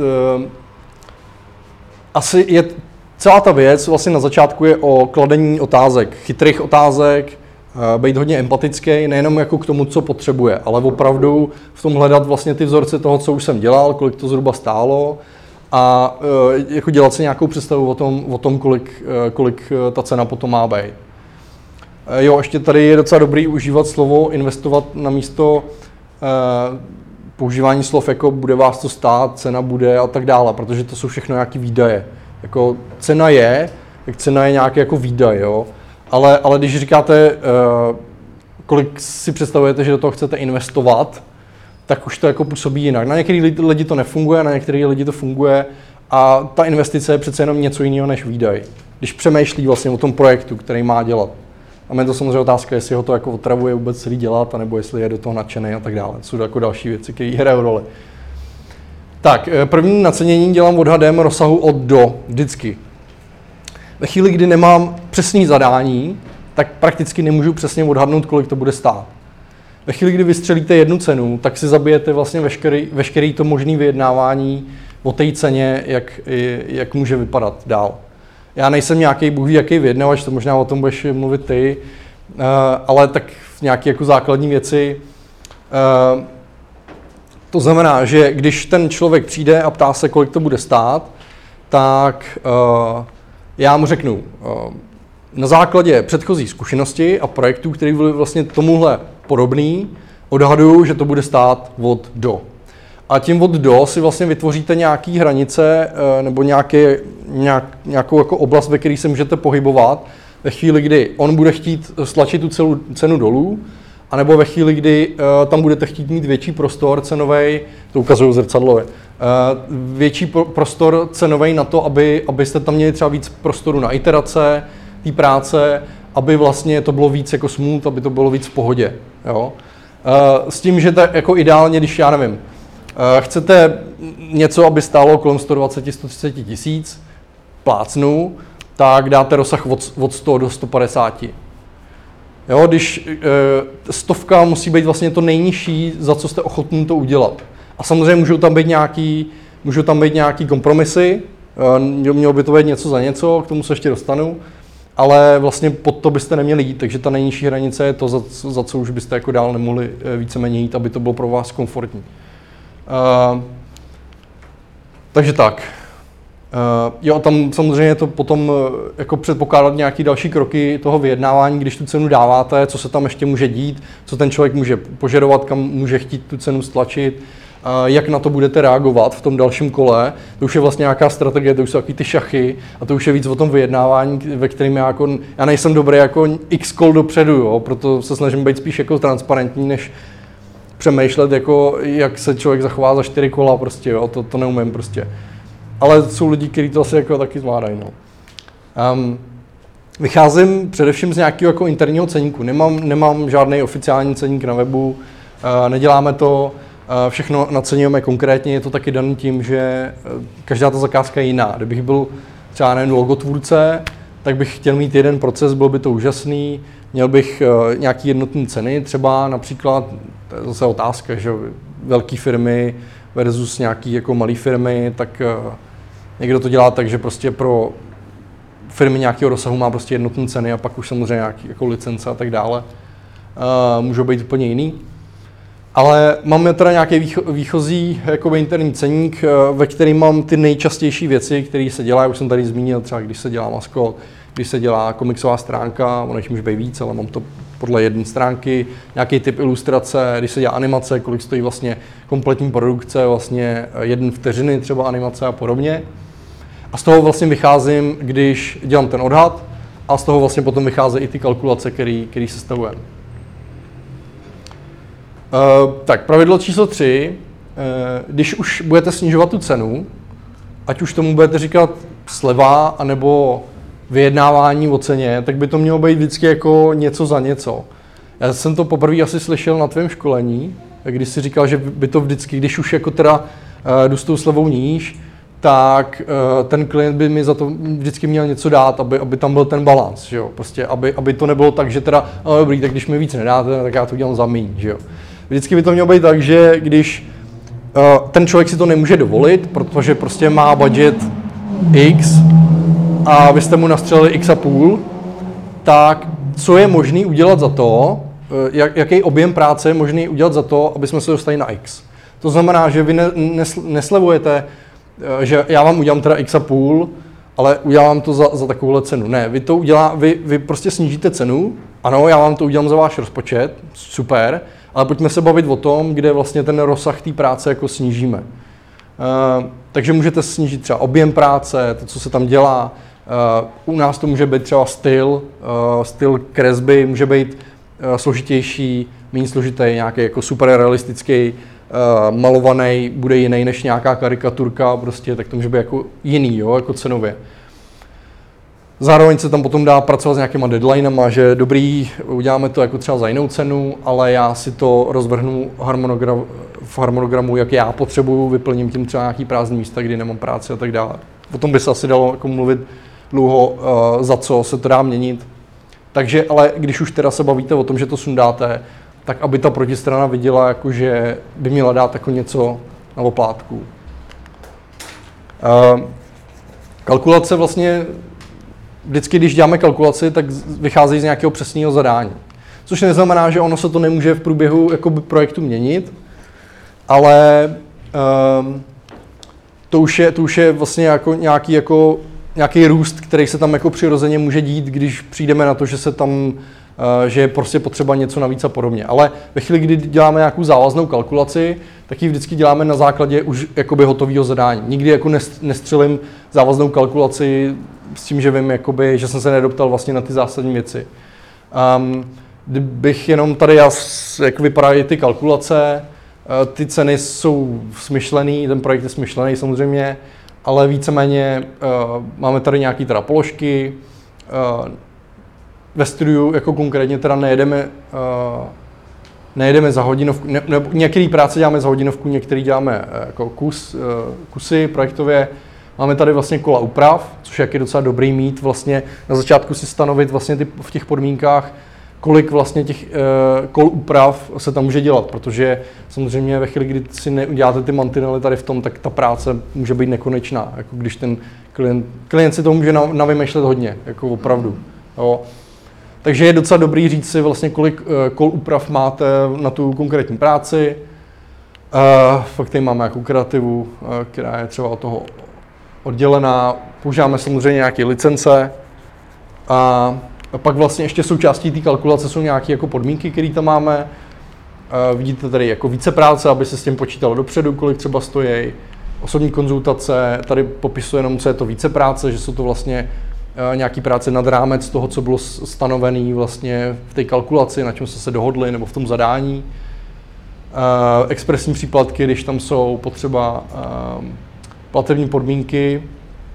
asi je celá ta věc vlastně na začátku je o kladení otázek, chytrých otázek, být hodně empatický, nejenom jako k tomu, co potřebuje, ale opravdu v tom hledat vlastně ty vzorce toho, co už jsem dělal, kolik to zhruba stálo a jako dělat si nějakou představu o tom kolik ta cena potom má být. Jo, ještě tady je docela dobrý užívat slovo investovat na místo používání slov jako bude vás to stát, cena bude a tak dále, protože to jsou všechno nějaké výdaje. Jako cena je, tak cena je nějaký jako výdaj, jo. Ale když říkáte, kolik si představujete, že do toho chcete investovat, tak už to jako působí jinak. Na některé lidi to nefunguje, na některé lidi to funguje a ta investice je přece jenom něco jiného než výdaj. Když přemýšlí vlastně o tom projektu, který má dělat. A mě to samozřejmě otázka, jestli ho to jako otravuje vůbec celý dělat, anebo jestli je do toho nadšený a tak dále. To jsou jako další věci, které hrají roli. Tak, první nacenění dělám odhadem rozsahu od do, vždycky. Ve chvíli, kdy nemám přesný zadání, tak prakticky nemůžu přesně odhadnout, kolik to bude stát. Ve chvíli, kdy vystřelíte jednu cenu, tak si zabijete vlastně veškerý to možné vyjednávání o té ceně, jak může vypadat dál. Já nejsem nějaký bůh ví jaký vyjednavač, to možná o tom budeš mluvit ty, ale tak v nějaké jako základní věci. To znamená, že když ten člověk přijde a ptá se, kolik to bude stát, tak já mu řeknu, na základě předchozí zkušenosti a projektů, které byly vlastně tomuhle podobný, odhaduju, že to bude stát od do. A tím od do si vlastně vytvoříte nějaké hranice nebo nějakou jako oblast, ve které se můžete pohybovat ve chvíli, kdy on bude chtít stlačit tu celou cenu dolů, anebo ve chvíli, kdy tam budete chtít mít větší prostor cenový, to ukazuju zrcadlově, větší prostor cenový na to, abyste tam měli třeba víc prostoru na iterace, té práce, aby vlastně to bylo víc jako smooth, aby to bylo víc v pohodě. Jo? S tím, že to jako ideálně, když já nevím, chcete něco, aby stálo kolem 120-130 tisíc, plácnu, tak dáte rozsah od 100 do 150. Jo, když stovka musí být vlastně to nejnižší, za co jste ochotní to udělat. A samozřejmě můžou tam být nějaký kompromisy, mělo by to být něco za něco, k tomu se ještě dostanu, ale vlastně pod to byste neměli jít, takže ta nejnižší hranice je to, za co už byste jako dál nemohli víceméně jít, aby to bylo pro vás komfortní. Takže tak. Jo, tam samozřejmě to potom jako předpokládat nějaké další kroky toho vyjednávání, když tu cenu dáváte, co se tam ještě může dít, co ten člověk může požadovat, kam může chtít tu cenu stlačit, jak na to budete reagovat v tom dalším kole. To už je vlastně nějaká strategie, to už jsou taky ty šachy a to už je víc o tom vyjednávání, ve kterém já nejsem dobrý jako x kol dopředu, jo, proto se snažím být spíš jako transparentní, než přemýšlet, jako, jak se člověk zachová za 4 kola, prostě, jo, to neumím prostě. Ale jsou lidi, kteří to asi jako taky zvládají. No. Vycházím především z nějakého jako interního ceníku. Nemám žádný oficiální ceník na webu, neděláme to, všechno naceňujeme konkrétně, je to taky daný tím, že každá ta zakázka je jiná. Kdybych byl třeba nevím, logotvůrce, tak bych chtěl mít jeden proces, bylo by to úžasný, měl bych nějaký jednotné ceny, třeba například, to je zase otázka, že velké firmy versus nějaký jako malé firmy, tak někdo to dělá tak, že prostě pro firmy nějakého rozsahu má prostě jednotné ceny a pak už samozřejmě nějaké jako licence a tak dále. Můžou být úplně jiný. Ale máme teda nějaký výchozí jakoby interní ceník, ve kterém mám ty nejčastější věci, které se dělají, už jsem tady zmínil, třeba když se dělá maskot, když se dělá komiksová stránka, ono jich může být víc, ale mám to podle jedné stránky, nějaký typ ilustrace, když se dělá animace, kolik stojí vlastně kompletní produkce, vlastně 1 vteřiny třeba animace a podobně. A z toho vlastně vycházím, když dělám ten odhad a z toho vlastně potom vycházejí i ty kalkulace, které sestavujeme. Tak pravidlo číslo 3, když už budete snižovat tu cenu, ať už tomu budete říkat sleva, anebo vyjednávání o ceně, tak by to mělo být vždycky jako něco za něco. Já jsem to poprvé asi slyšel na tvém školení, když jsi říkal, že by to vždycky, když už jako teda jdu s tou slevou níž, tak ten klient by mi za to vždycky měl něco dát, aby tam byl ten balans, že jo? Prostě, aby to nebylo tak, že teda, no dobrý, tak když mi víc nedáte, tak já to udělám za míň, že jo? Vždycky by to mělo být tak, že když ten člověk si to nemůže dovolit, protože prostě má budget X a vy jste mu nastřelili X,5, tak co je možný udělat za to, jaký objem práce je možný udělat za to, aby jsme se dostali na X. To znamená, že vy neslevujete, že já vám udělám teda X,5, ale udělám to za takovouhle cenu. Ne, vy prostě snížíte cenu, ano, já vám to udělám za váš rozpočet, super, ale pojďme se bavit o tom, kde vlastně ten rozsah té práce jako snížíme. Takže můžete snížit třeba objem práce, to, co se tam dělá. U nás to může být třeba styl kresby, může být složitější, méně složitý, nějaký jako super realistický, malovaný, bude jiný než nějaká karikaturka, prostě, tak to může být jako jiný, jo, jako cenově. Zároveň se tam potom dá pracovat s nějakýma deadlinama, že dobrý, uděláme to jako třeba za jinou cenu, ale já si to rozvrhnu v harmonogramu, jak já potřebuju, vyplním tím třeba nějaký prázdný místa, kdy nemám práci a tak dále. O tom by se asi dalo jako mluvit dlouho, za co se to dá měnit. Takže, ale když už teda se bavíte o tom, že to sundáte, tak aby ta protistrana viděla, jako, že by měla dát jako něco na oplátku. Kalkulace vlastně, vždycky, když děláme kalkulaci, tak vycházejí z nějakého přesného zadání. Což neznamená, že ono se to nemůže v průběhu jakoby, projektu měnit, ale to už je vlastně jako nějaký růst, který se tam jako přirozeně může dít, když přijdeme na to, že je prostě potřeba něco navíc a podobně. Ale ve chvíli, kdy děláme nějakou závaznou kalkulaci, tak ji vždycky děláme na základě už jakoby hotového zadání. Nikdy jako nestřelím závaznou kalkulaci s tím, že vím, jakoby, že jsem se nedoptal vlastně na ty zásadní věci. Kdybych jenom tady, jak vypadají ty kalkulace, ty ceny jsou smyšlený, ten projekt je smyšlený samozřejmě, ale víceméně máme tady nějaké teda položky. Ve studiu jako konkrétně teda nejedeme za hodinovku, nebo některé práce děláme za hodinovku, některé děláme jako kusy projektově. Máme tady vlastně kola úprav, což je docela dobrý mít vlastně na začátku si stanovit vlastně v těch podmínkách, kolik vlastně těch kol úprav se tam může dělat, protože samozřejmě ve chvíli, kdy si neuděláte ty mantinely tady v tom, tak ta práce může být nekonečná, jako když ten klient si to může navymýšlet hodně, jako opravdu. Jo. Takže je docela dobrý říct si vlastně, kolik kol úprav máte na tu konkrétní práci. Fakt tady máme nějakou kreativu, která je třeba od toho oddělená, používáme samozřejmě nějaké licence a pak vlastně ještě součástí té kalkulace jsou nějaké jako podmínky, které tam máme. Vidíte tady jako více práce, aby se s tím počítalo dopředu, kolik třeba stojí. Osobní konzultace, tady popisuje jenom, co je to více práce, že jsou to vlastně nějaký práce nad rámec toho, co bylo stanovené vlastně v té kalkulaci, na čem jsme se dohodli, nebo v tom zadání. Expresní příplatky, když tam jsou potřeba platební podmínky.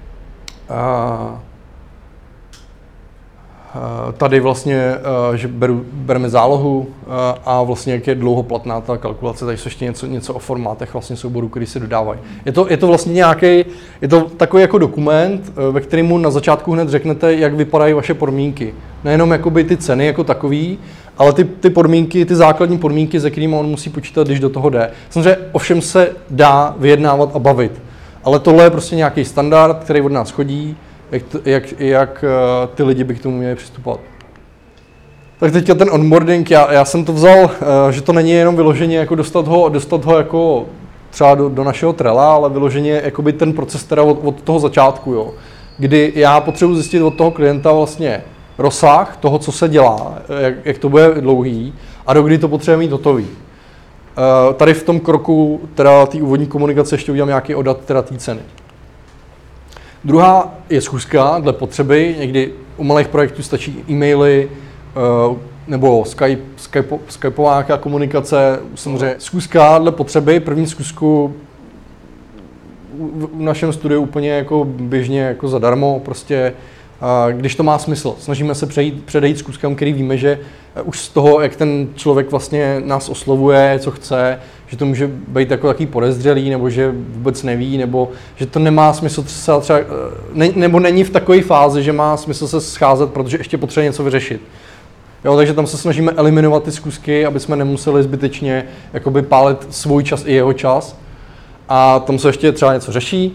Tady vlastně, že bereme zálohu a vlastně jak je dlouhoplatná ta kalkulace, tady jsou ještě něco o formátech vlastně souborů, který se dodávají. Je to vlastně nějaký, je to takový jako dokument, ve kterému na začátku hned řeknete, jak vypadají vaše podmínky. Nejenom jakoby ty ceny jako takový, ale ty podmínky, ty základní podmínky, se kterými on musí počítat, když do toho jde. Samozřejmě ovšem se dá vyjednávat a bavit, ale tohle je prostě nějaký standard, který od nás chodí, jak ty lidi by k tomu měli přistupovat. Tak teďka ten onboarding, já jsem to vzal, že to není jenom vyloženě jako dostat ho jako třeba do našeho Trella, ale vyloženě jakoby ten proces teda od toho začátku, jo. Kdy já potřebuji zjistit od toho klienta vlastně rozsah toho, co se dělá, jak to bude dlouhý a dokdy to potřebuje mít hotový. Tady v tom kroku teda té úvodní komunikace ještě udělám nějaký odhad teda té ceny. Druhá je schůzka dle potřeby, někdy u malých projektů stačí e-maily nebo skypová komunikace, samozřejmě schůzka dle potřeby, první schůzku v našem studiu úplně jako běžně jako zadarmo, prostě když to má smysl. Snažíme se předejít schůzkám, který víme, že už z toho, jak ten člověk vlastně nás oslovuje, co chce, že to může být jako takový podezřelý, nebo že vůbec neví, nebo že to nemá smysl třeba nebo není v takové fázi, že má smysl se scházet, protože ještě potřebuje něco vyřešit. Jo, takže tam se snažíme eliminovat ty schůzky, aby jsme nemuseli zbytečně jakoby pálit svůj čas i jeho čas. A tam se ještě třeba něco řeší.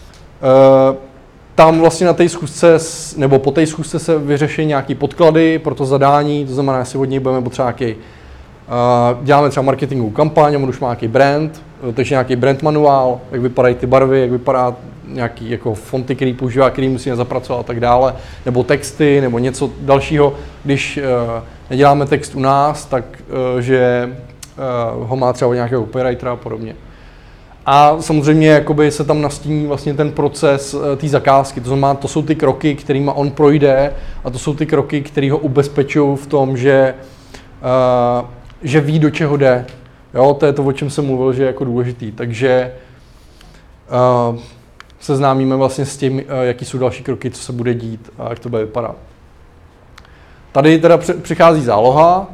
Tam vlastně na té schůzce, nebo po té schůzce se vyřeší nějaké podklady pro to zadání, to znamená, jestli od něj budeme potřebovat nějaký, děláme třeba marketingovou kampaň, on už má nějaký brand, takže nějaký brand manuál, jak vypadají ty barvy, jak vypadá nějaký jako fonty, který používá, který musíme zapracovat a tak dále, nebo texty, nebo něco dalšího. Když neděláme text u nás, tak že ho má třeba od nějakého copywritera a podobně. A samozřejmě jakoby se tam nastíní vlastně ten proces té zakázky, to znamená, to jsou ty kroky, kterými on projde a to jsou ty kroky, které ho ubezpečují v tom, že ví, do čeho jde. Jo, to je to, o čem jsem mluvil, že je jako důležitý. Takže seznámíme vlastně s tím, jaký jsou další kroky, co se bude dít a jak to bude vypadat. Tady teda přichází záloha.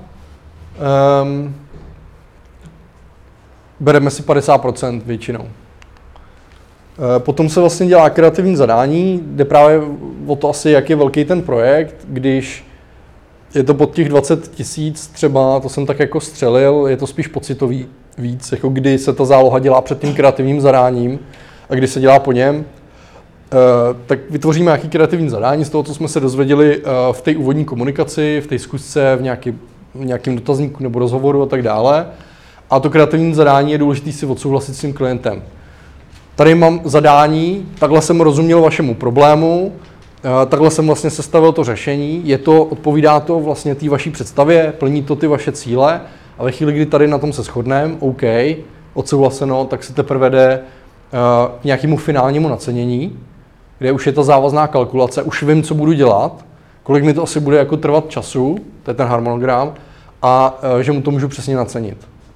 Bereme si 50% většinou. Potom se vlastně dělá kreativní zadání, jde právě o to asi, jak je velký ten projekt, když je to pod těch 20 000 třeba, to jsem tak jako střelil, je to spíš pocitový víc, jako kdy se ta záloha dělá před tím kreativním zadáním a kdy se dělá po něm, tak vytvoříme nějaký kreativní zadání z toho, co jsme se dozvěděli v té úvodní komunikaci, v té zkusce, v nějakém dotazníku nebo rozhovoru a tak dále. A to kreativní zadání je důležité si odsouhlasit s tím klientem. Tady mám zadání, takhle jsem rozuměl vašemu problému, takhle jsem vlastně sestavil to řešení, odpovídá to vlastně té vaší představě, plní to ty vaše cíle a ve chvíli, kdy tady na tom se shodneme, OK, odsouhlaseno, tak se teprve jde k nějakému finálnímu nacenění, kde už je ta závazná kalkulace, už vím, co budu dělat, kolik mi to asi bude jako trvat času, to je ten harmonogram, a že mu to můžu přesně nacenit.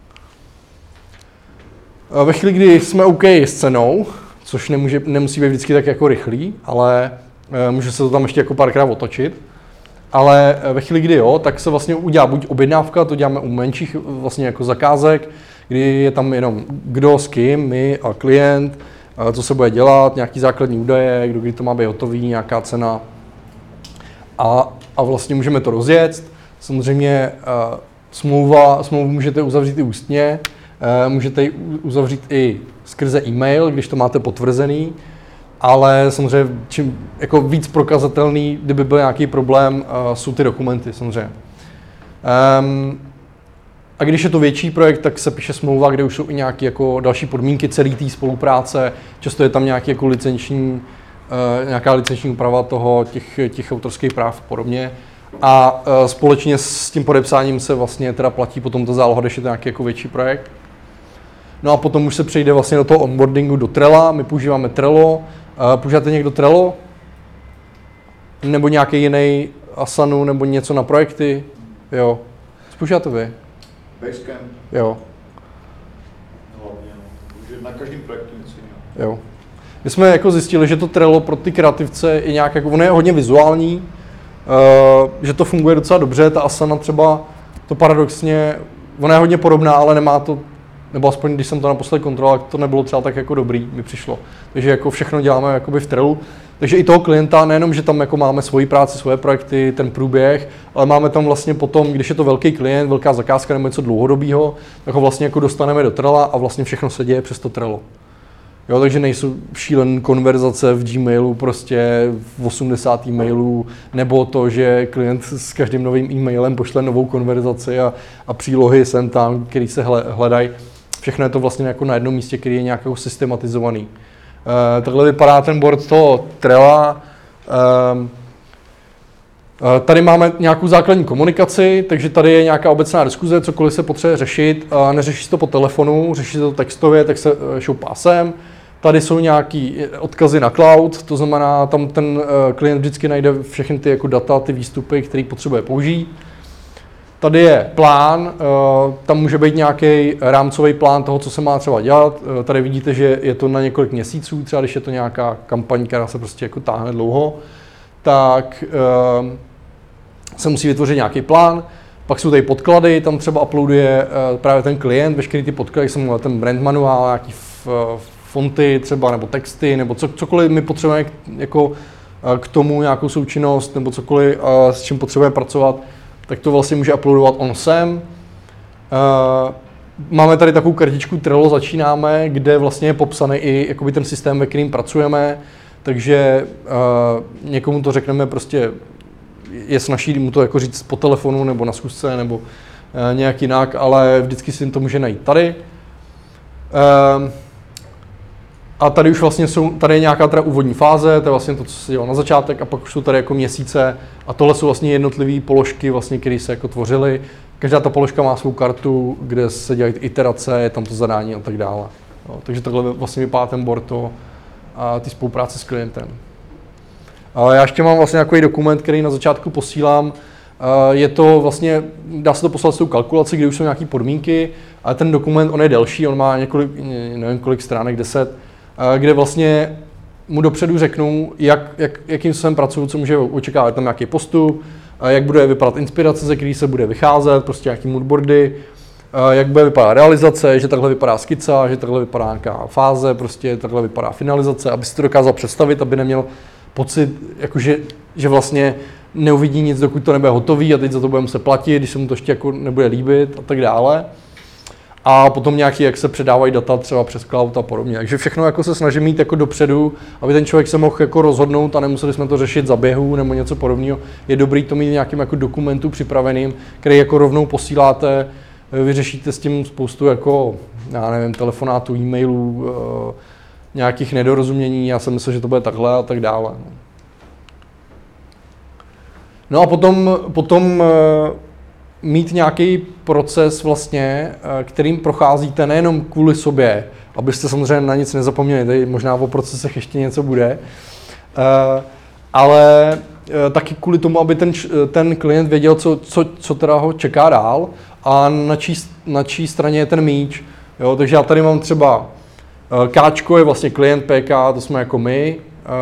Ve chvíli, kdy jsme OK s cenou, což nemusí být vždycky tak jako rychlý, ale může se to tam ještě jako párkrát otočit, ale ve chvíli, kdy jo, tak se vlastně udělá buď objednávka, to děláme u menších vlastně jako zakázek, kdy je tam jenom kdo s kým, my a klient, co se bude dělat, nějaký základní údaje, kdy to má být hotový, nějaká cena a vlastně můžeme to rozjet. Samozřejmě smlouvu můžete uzavřít i ústně, můžete ji uzavřít i skrze e-mail, když to máte potvrzený, ale samozřejmě čím jako víc prokazatelný, kdyby byl nějaký problém, jsou ty dokumenty samozřejmě. A když je to větší projekt, tak se píše smlouva, kde už jsou i nějaké jako další podmínky celé té spolupráce. Často je tam nějaký jako nějaká licenční úprava těch autorských práv a podobně. A společně s tím podepsáním se vlastně teda platí potom ta záloha, když je to nějaký jako větší projekt. No a potom už se přejde vlastně do toho onboardingu do Trella. My používáme Trello. Používáte někdo Trello? Nebo nějaký jiný Asanu nebo něco na projekty? Jo. Používáte vy? Basecamp. Jo. Hlavně, no. Na každém projektu něco jiného. Jo. My jsme jako zjistili, že to Trello pro ty kreativce je nějak jako, ono je hodně vizuální, že to funguje docela dobře, ta Asana třeba, to paradoxně, ona je hodně podobná, ale nemá to, nebo aspoň když jsem to naposledy kontroloval, to nebylo třeba tak jako dobrý, mi přišlo. Takže jako všechno děláme jakoby v Trellu. Takže i toho klienta, nejenom, že tam jako máme svoji práci, svoje projekty, ten průběh, ale máme tam vlastně potom, když je to velký klient, velká zakázka nebo něco dlouhodobého, tak ho vlastně jako dostaneme do Trella a vlastně všechno se děje přes to Trello. Jo, takže nejsou šílené konverzace v Gmailu, prostě v 80 e-mailů, nebo to, že klient s každým novým e-mailem pošle novou konverzaci a přílohy sem tam, který se hledají. Všechno je to vlastně jako na jednom místě, který je nějak jako systematizovaný. Takhle vypadá ten board toho Trella. Tady máme nějakou základní komunikaci, takže tady je nějaká obecná diskuze, cokoliv se potřebuje řešit. Neřeší se to po telefonu, řeší se to textově, tak se šou pásem. Tady jsou nějaký odkazy na cloud, to znamená, tam ten klient vždycky najde všechny ty jako data, ty výstupy, které potřebuje použít. Tady je plán, tam může být nějaký rámcový plán toho, co se má třeba dělat. Tady vidíte, že je to na několik měsíců, třeba když je to nějaká kampaň, která se prostě jako táhne dlouho, tak se musí vytvořit nějaký plán. Pak jsou tady podklady, tam třeba uploaduje právě ten klient, veškerý ty podklady, jsem mluvil, ten brand manuál, nějaký fonty třeba, nebo texty, nebo cokoliv my potřebujeme jako k tomu nějakou součinnost, nebo cokoliv, s čím potřebujeme pracovat, tak to vlastně může uploadovat on sem. Máme tady takovou kartičku Trello, začínáme, kde vlastně je popsaný i jakoby ten systém, ve kterým pracujeme, takže někomu to řekneme prostě, je snažší mu to jako říct po telefonu nebo na schůzce nebo nějak jinak, ale vždycky si to může najít tady. A tady už vlastně tady je nějaká teda úvodní fáze, to je vlastně to, co se dělalo na začátek, a pak už jsou tady jako měsíce a tohle jsou vlastně jednotlivé položky, vlastně, které se jako tvořily. Každá ta položka má svou kartu, kde se dělají iterace, je tam to zadání a tak dále. Jo, takže takhle vlastně vypadá ten board a ty spolupráce s klientem. Já ještě mám vlastně nějaký dokument, který na začátku posílám. Je to vlastně, dá se to poslat s tou kalkulací, kde už jsou nějaké podmínky, ale ten dokument, on je delší, on má několik, nevím kolik stránek, 10, kde vlastně mu dopředu řeknou, jakým způsobem pracuju, co může očekávat, tam nějaký postup, jak bude vypadat inspirace, ze který se bude vycházet, prostě nějaký moodboardy, jak bude vypadat realizace, že takhle vypadá skica, že takhle vypadá nějaká fáze, prostě takhle vypadá finalizace, aby si to dokázal představit, aby neměl pocit, jakože, že vlastně neuvidí nic, dokud to nebude hotový a teď za to bude muset platit, když se mu to ještě jako nebude líbit a tak dále. A potom nějaký, jak se předávají data třeba přes cloud a podobně. Takže všechno jako se snažím mít jako dopředu, aby ten člověk se mohl jako rozhodnout a nemuseli jsme to řešit za běhu nebo něco podobného. Je dobrý to mít v nějakém jako dokumentu připraveným, který jako rovnou posíláte, vyřešíte s tím spoustu jako, já nevím, telefonátů, e-mailů, nějakých nedorozumění, já jsem myslel, že to bude takhle a tak dále. No a potom mít nějaký proces vlastně, kterým procházíte nejenom kvůli sobě, abyste samozřejmě na nic nezapomněli, tady možná o procesech ještě něco bude, ale taky kvůli tomu, aby ten klient věděl, co teda ho čeká dál a na čí straně je ten míč. Jo, takže já tady mám třeba Káčko je vlastně klient PK, to jsme jako my.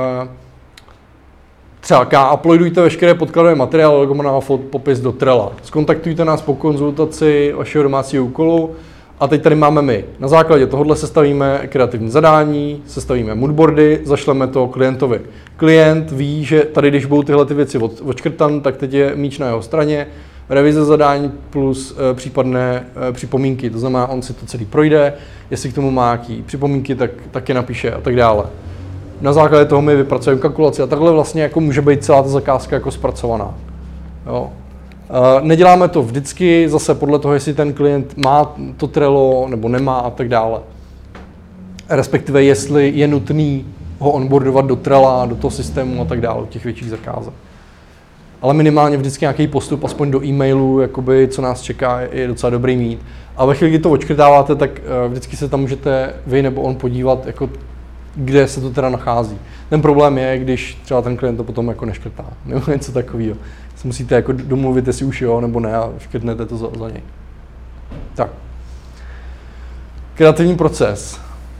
Třeba uploadujte veškeré podkladové materiály, logo na popis do Trella. Zkontaktujte nás po konzultaci vašeho domácího úkolu a teď tady máme my. Na základě tohohle sestavíme kreativní zadání, sestavíme moodboardy, zašleme to klientovi. Klient ví, že tady, když budou tyhle ty věci odškrtané, tak teď je míč na jeho straně, revize zadání plus případné připomínky, to znamená, on si to celý projde, jestli k tomu má nějaké připomínky, tak je napíše a tak dále. Na základě toho my vypracujeme kalkulaci a takhle vlastně jako může být celá ta zakázka jako zpracovaná. Jo. Neděláme to vždycky, zase podle toho, jestli ten klient má to Trello nebo nemá a tak dále. Respektive jestli je nutný ho onboardovat do Trella, do toho systému a tak dále, těch větších zakázek. Ale minimálně vždycky nějaký postup, aspoň do e-mailu, jakoby, co nás čeká, je docela dobrý mít. A ve chvíli, kdy to odškrtáváte, tak vždycky se tam můžete vy nebo on podívat, jako, kde se to teda nachází. Ten problém je, když třeba ten klient to potom jako neškrtá, nebo něco takového. Si musíte jako domluvit, jestli už jo, nebo ne, a škrtnete to za něj. Tak. Kreativní proces.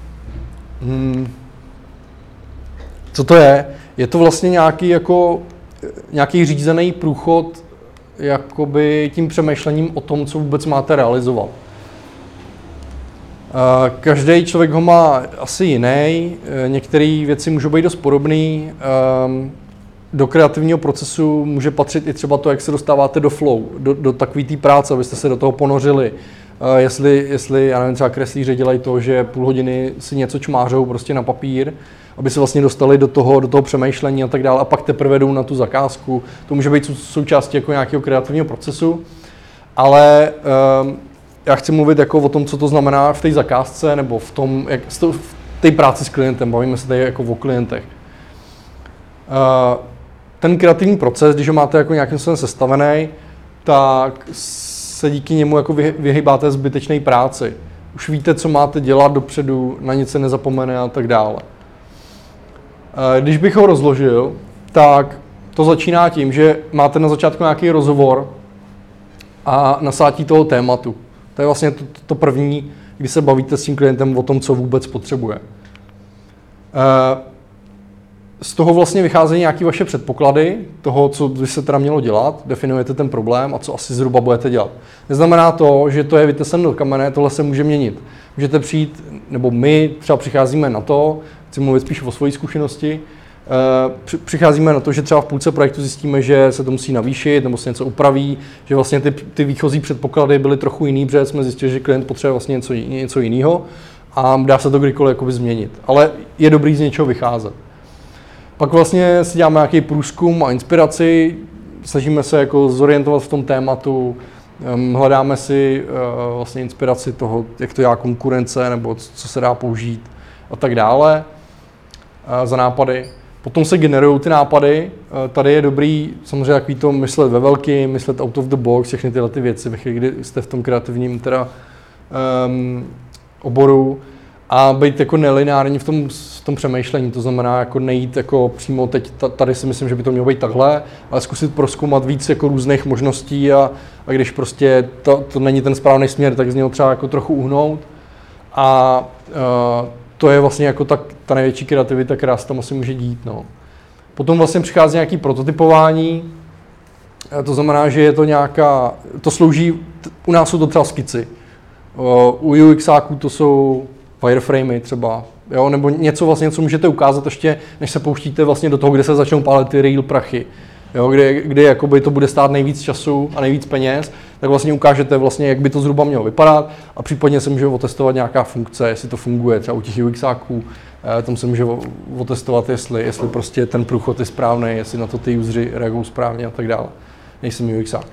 Co to je? Je to vlastně nějaký řízený průchod jakoby tím přemýšlením o tom, co vůbec máte realizovat. Každý člověk ho má asi jiný, některé věci můžou být dost podobné. Do kreativního procesu může patřit i třeba to, jak se dostáváte do flow, do takové té práce, abyste se do toho ponořili. Jestli já nevím, třeba kreslíři dělají to, že půl hodiny si něco čmářou prostě na papír, aby se vlastně dostali do toho přemýšlení a tak dále a pak teprve jdou na tu zakázku. To může být součástí jako nějakého kreativního procesu, ale já chci mluvit jako o tom, co to znamená v té zakázce nebo v té práci s klientem. Bavíme se tady jako o klientech. Ten kreativní proces, když ho máte jako nějakým způsobem sestavený, tak se díky němu jako vyhýbáte zbytečné práci. Už víte, co máte dělat dopředu, na nic se nezapomene a tak dále. Když bych ho rozložil, tak to začíná tím, že máte na začátku nějaký rozhovor a nasátí toho tématu. To je vlastně to první, kdy se bavíte s tím klientem o tom, co vůbec potřebuje. Z toho vlastně vycházejí nějaké vaše předpoklady, toho, co by se teda mělo dělat, definujete ten problém a co asi zhruba budete dělat. Neznamená to, že to je vyteseno do kamene, tohle se může měnit. Můžete přijít, nebo my třeba přicházíme na to, chci mluvit spíš o své zkušenosti, přicházíme na to, že třeba v půlce projektu zjistíme, že se to musí navýšit nebo se něco upraví, že vlastně ty výchozí předpoklady byly trochu jiný, protože jsme zjistili, že klient potřebuje vlastně něco jiného a dá se to kdykoliv jakoby změnit. Ale je dobrý z něčeho vycházet. Pak vlastně si děláme nějaký průzkum a inspiraci, snažíme se jako zorientovat v tom tématu, hledáme si vlastně inspiraci toho, jak to dělá konkurence nebo co se dá použít a tak dále za nápady. Potom se generují ty nápady, tady je dobrý samozřejmě takový to myslet ve velkým, myslet out of the box, všechny tyhle ty věci, ve chvíli, kdy jste v tom kreativním teda oboru a být jako nelineární v tom přemýšlení, to znamená jako nejít jako přímo teď, tady si myslím, že by to mělo být takhle, ale zkusit prozkoumat víc jako různých možností a když prostě to není ten správný směr, tak z něho třeba jako trochu uhnout a to je vlastně jako ta největší kreativita, která se tam asi může dít. No. Potom vlastně přichází nějaké prototypování, to znamená, že je to to slouží, u nás jsou to třeba skici, u UXáků to jsou wireframey třeba, jo, nebo něco vlastně, co můžete ukázat ještě, než se pouštíte vlastně do toho, kde se začnou pálit ty real prachy, jo, kde jakoby to bude stát nejvíc času a nejvíc peněz, tak vlastně ukážete vlastně, jak by to zhruba mělo vypadat a případně se může otestovat nějaká funkce, jestli to funguje, třeba u těch UXáků, tam se může otestovat, jestli prostě ten průchod je správný, jestli na to ty useři reagují správně a tak dále. Nejsem UXák.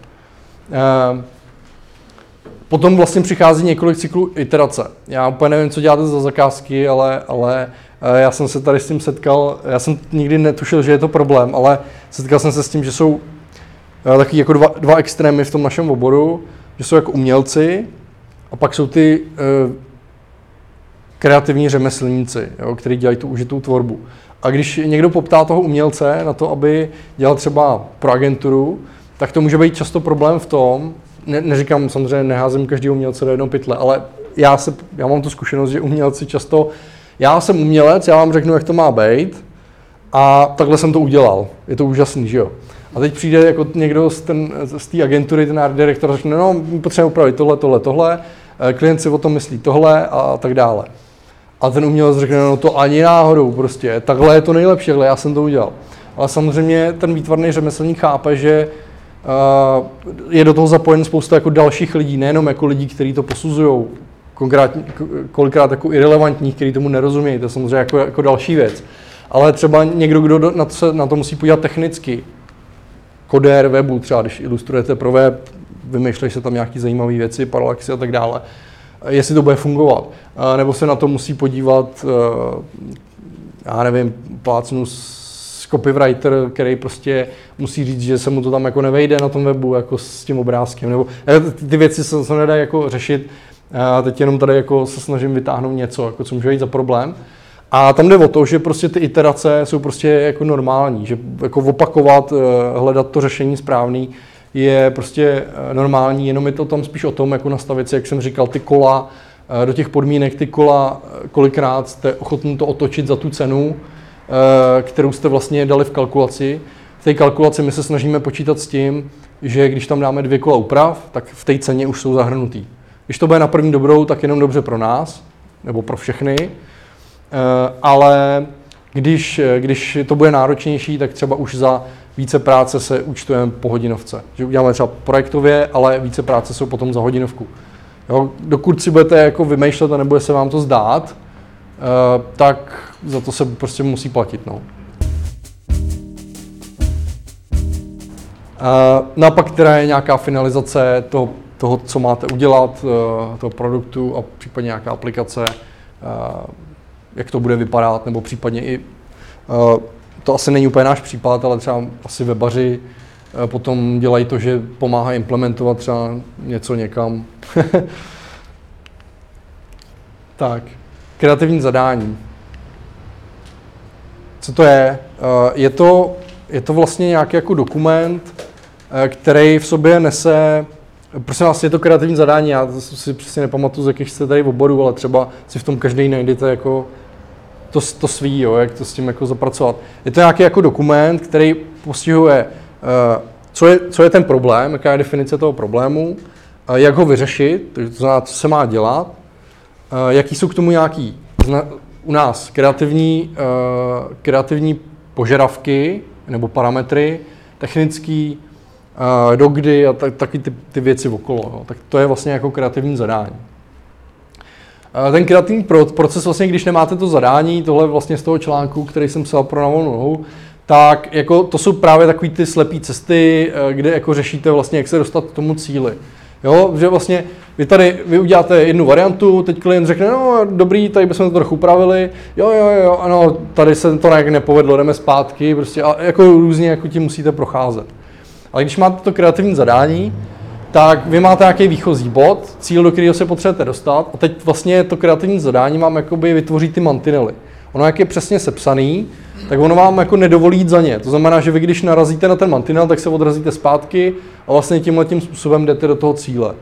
Potom vlastně přichází několik cyklů iterace. Já úplně nevím, co děláte za zakázky, ale já jsem se tady s tím setkal, já jsem nikdy netušil, že je to problém, ale setkal jsem se s tím, že jsou taky jako dva extrémy v tom našem oboru, že jsou jako umělci a pak jsou ty kreativní řemeslníci, jo, kteří dělají tu užitou tvorbu. A když někdo poptá toho umělce na to, aby dělal třeba pro agenturu, tak to může být často problém v tom, neříkám samozřejmě, neházím každý umělce do jednoho pytle, ale já mám tu zkušenost, že umělci často, já jsem umělec, já vám řeknu, jak to má být a takhle jsem to udělal. Je to úžasný, že jo? A teď přijde jako někdo z té agentury, ten art director, řekne, no, potřebujeme upravit tohle, klient si o tom myslí tohle a tak dále. A ten umělec řekne, no to ani náhodou prostě, takhle je to nejlepší, já jsem to udělal. Ale samozřejmě ten výtvarný řemeslník chápe, že je do toho zapojen spousta jako dalších lidí, nejenom jako lidí, kteří to posuzují, kolikrát jako irelevantních, kteří tomu nerozumějí, to je samozřejmě jako další věc. Ale třeba někdo, kdo na to musí podívat technicky kodér webu, třeba když ilustrujete pro web, vymýšlej se tam nějaké zajímavé věci, parallaxy a tak dále, jestli to bude fungovat. Nebo se na to musí podívat, já nevím, plácnu copywriter, který prostě musí říct, že se mu to tam jako nevejde na tom webu jako s tím obrázkem. Nebo ty věci se nedají jako řešit. Teď jenom tady jako se snažím vytáhnout něco, jako co může jít za problém. A tam jde o to, že prostě ty iterace jsou prostě jako normální, že jako opakovat, hledat to řešení správný je prostě normální, jenom je to tam spíš o tom, jako nastavit si, jak jsem říkal, ty kola, do těch podmínek ty kola, kolikrát jste ochotní to otočit za tu cenu, kterou jste vlastně dali v kalkulaci. V té kalkulaci my se snažíme počítat s tím, že když tam dáme 2 kola úprav, tak v té ceně už jsou zahrnutý. Když to bude na první dobrou, tak jenom dobře pro nás, nebo pro všechny, ale když to bude náročnější, tak třeba už za více práce se účtujeme po hodinovce. Že uděláme třeba projektově, ale více práce jsou potom za hodinovku. Jo, dokud si budete jako vymýšlet a nebude se vám to zdát, tak za to se prostě musí platit. No. No a pak teda je nějaká finalizace toho, co máte udělat, toho produktu a případně nějaká aplikace, jak to bude vypadat, nebo případně i, to asi není úplně náš případ, ale třeba asi webaři potom dělají to, že pomáhají implementovat třeba něco někam. Tak, kreativní zadání. Co to je? Je to vlastně nějaký jako dokument, který v sobě nese, prosím vás, je to kreativní zadání, já si přesně nepamatuju, z jakých jste tady v oboru, ale třeba si v tom každý najdete jako to svý, jo, jak to s tím jako zapracovat. Je to nějaký jako dokument, který postihuje, co je ten problém, jaká je definice toho problému, jak ho vyřešit, to znamená, co se má dělat, jaký jsou k tomu nějaký u nás kreativní požadavky nebo parametry, technický, dokdy a taky ty věci okolo. No. Tak to je vlastně jako kreativní zadání. Ten kreativní proces, vlastně, když nemáte to zadání, tohle vlastně z toho článku, který jsem psal pro Na volnou nohu, tak jako to jsou právě takový ty slepý cesty, kde jako řešíte vlastně, jak se dostat k tomu cíli. Jo, že vlastně vy uděláte jednu variantu, teď klient řekne, no dobrý, tady bychom to trochu upravili, jo, ano, tady se to nějak nepovedlo, jdeme zpátky, prostě a jako různě jako tím musíte procházet. Ale když máte to kreativní zadání, tak vy máte nějaký výchozí bod, cíl, do kterého se potřebujete dostat a teď vlastně to kreativní zadání vám jakoby vytvoří ty mantinely. Ono, jak je přesně sepsaný, tak ono vám jako nedovolí jít za ně. To znamená, že vy když narazíte na ten mantinel, tak se odrazíte zpátky a vlastně tímhletím způsobem jdete do toho cíle.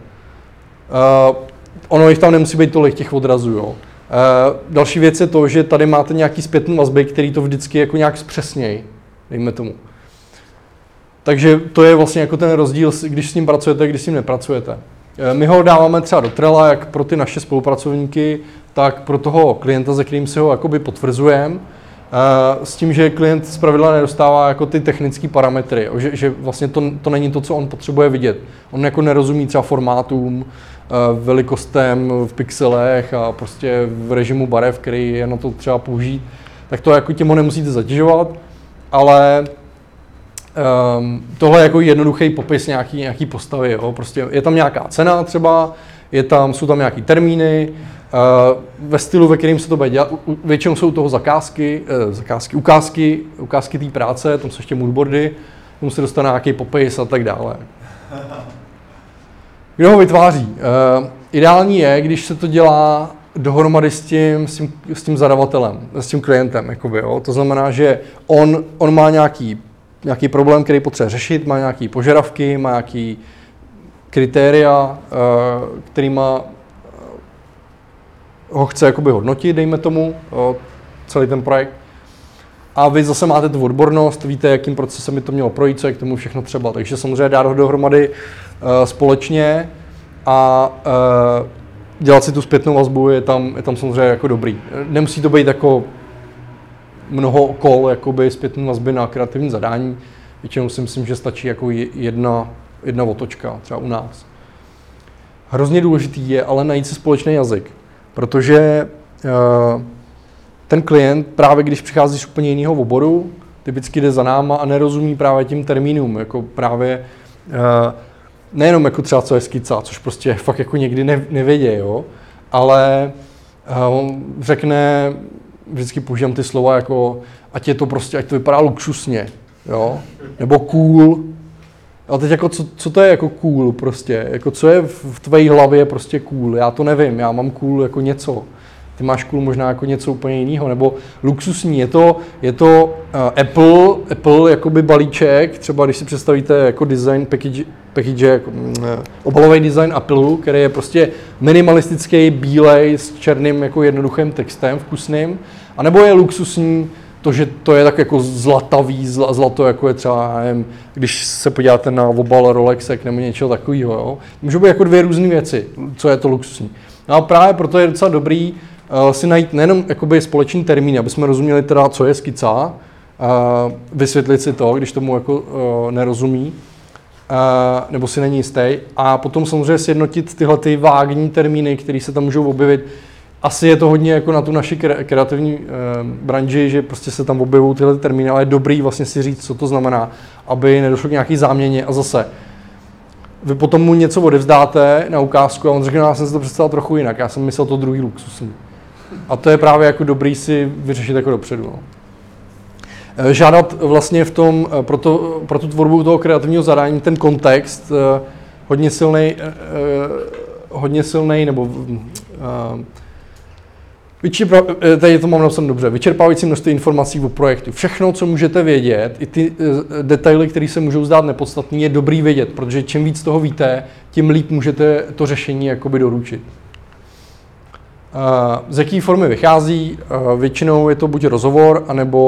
Ono jich tam nemusí být tolik těch odrazů. Jo. Další věc je to, že tady máte nějaký zpětný vazby, který to vždycky jako nějak zpřesnějí, dejme tomu. Takže to je vlastně jako ten rozdíl, když s ním pracujete, když s ním nepracujete. My ho dáváme třeba do Trella, jak pro ty naše spolupracovníky, tak pro toho klienta, se kterým si ho jakoby potvrzujeme, s tím, že klient zpravidla nedostává jako ty technické parametry, že vlastně to není to, co on potřebuje vidět. On jako nerozumí třeba formátům, velikostem v pixelech a prostě v režimu barev, který je na to třeba použít, tak to jako tím ho nemusíte zatěžovat, ale tohle je jako jednoduchý popis nějaký postavy. Jo? Prostě je tam nějaká cena třeba, jsou tam nějaký termíny, ve stylu, ve kterým se to bude dělat, většinou jsou toho ukázky té práce, tam jsou ještě moodboardy, tomu se dostane nějaký popis a tak dále. Kdo ho vytváří? Ideální je, když se to dělá dohromady s tím zadavatelem, s tím klientem. Jakoby, jo? To znamená, že on má nějaký problém, který potřebuje řešit, má nějaké požadavky, má nějaké kritéria, kterýma ho chce jakoby hodnotit, dejme tomu, celý ten projekt. A vy zase máte tu odbornost, víte, jakým procesem by to mělo projít, co je k tomu všechno třeba. Takže samozřejmě dát ho dohromady společně a dělat si tu zpětnou vazbu je tam samozřejmě jako dobrý. Nemusí to být jako mnoho kol jakoby zpětné vazby na kreativní zadání. Většinou si myslím, že stačí jako jedna otočka, třeba u nás. Hrozně důležitý je ale najít si společný jazyk, protože ten klient právě když přichází z úplně jiného oboru, typicky jde za náma a nerozumí právě tím termínům, jako právě nejenom jako třeba co je skica, což prostě fakt jako někdy nevědí, jo, ale řekne, vždycky používám ty slova jako, ať je to prostě, ať to vypadá luxusně, jo, nebo cool. A teď jako, co to je jako cool prostě, jako co je v tvé hlavě prostě cool, já to nevím, já mám cool jako něco. Ty máš cool možná jako něco úplně jiného, nebo luxusní, je to Apple jakoby balíček, třeba když si představíte jako design package jako, obalový design Apple, který je prostě minimalistický, bílej, s černým jako jednoduchým textem, vkusným, anebo je luxusní, to, že to je tak jako zlatavý, zlato jako je třeba, nevím, když se podíváte na obal Rolexek nebo něčeho takového, jo. Můžou být jako dvě různé věci, co je to luxusní. No a právě proto je docela dobrý si najít nejenom jakoby společný termín, aby jsme rozuměli teda, co je skica, vysvětlit si to, když tomu jako nerozumí, nebo si není jistý, a potom samozřejmě sjednotit tyhle ty vágní termíny, které se tam můžou objevit. Asi je to hodně jako na tu naši kreativní branži, že prostě se tam objevují tyhle termíny, ale je dobrý vlastně si říct, co to znamená, aby nedošlo k nějaký záměně a zase. Vy potom mu něco odevzdáte na ukázku a on řekne, já jsem si to představil trochu jinak, já jsem myslel to druhý luxusní. A to je právě jako dobrý si vyřešit jako dopředu. No. Žádat vlastně v tom, pro tu tvorbu toho kreativního zadání ten kontext hodně silný nebo tady to mám napsané dobře, vyčerpávající množství informací o projektu. Všechno, co můžete vědět, i ty detaily, které se můžou zdát nepodstatný, je dobrý vědět, protože čím víc toho víte, tím líp můžete to řešení jakoby doručit. Z jaké formy vychází? Většinou je to buď rozhovor,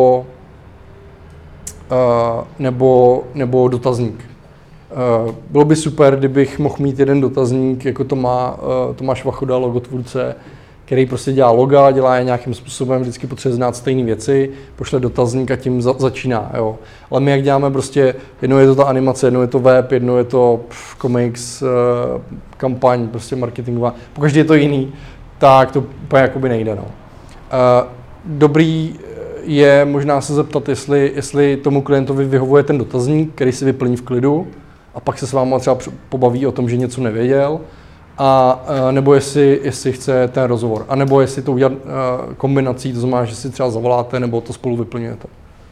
nebo dotazník. Bylo by super, kdybych mohl mít jeden dotazník, jako to má Tomáš Vachoda, logotvůrce, který prostě dělá loga, dělá je nějakým způsobem, vždycky potřebuje znát stejné věci, pošle dotazník a tím začíná. Jo. Ale my jak děláme prostě, jednou je to ta animace, jednou je to web, jednou je to komiks, kampaň, prostě marketingová, pokaždé je to jiný, tak to úplně jakoby nejde. No. Dobrý je možná se zeptat, jestli tomu klientovi vyhovuje ten dotazník, který si vyplní v klidu, a pak se s váma třeba pobaví o tom, že něco nevěděl, a nebo jestli chce ten rozhovor, a nebo jestli to udělat kombinací, to znamená, že si třeba zavoláte, nebo to spolu vyplňujete.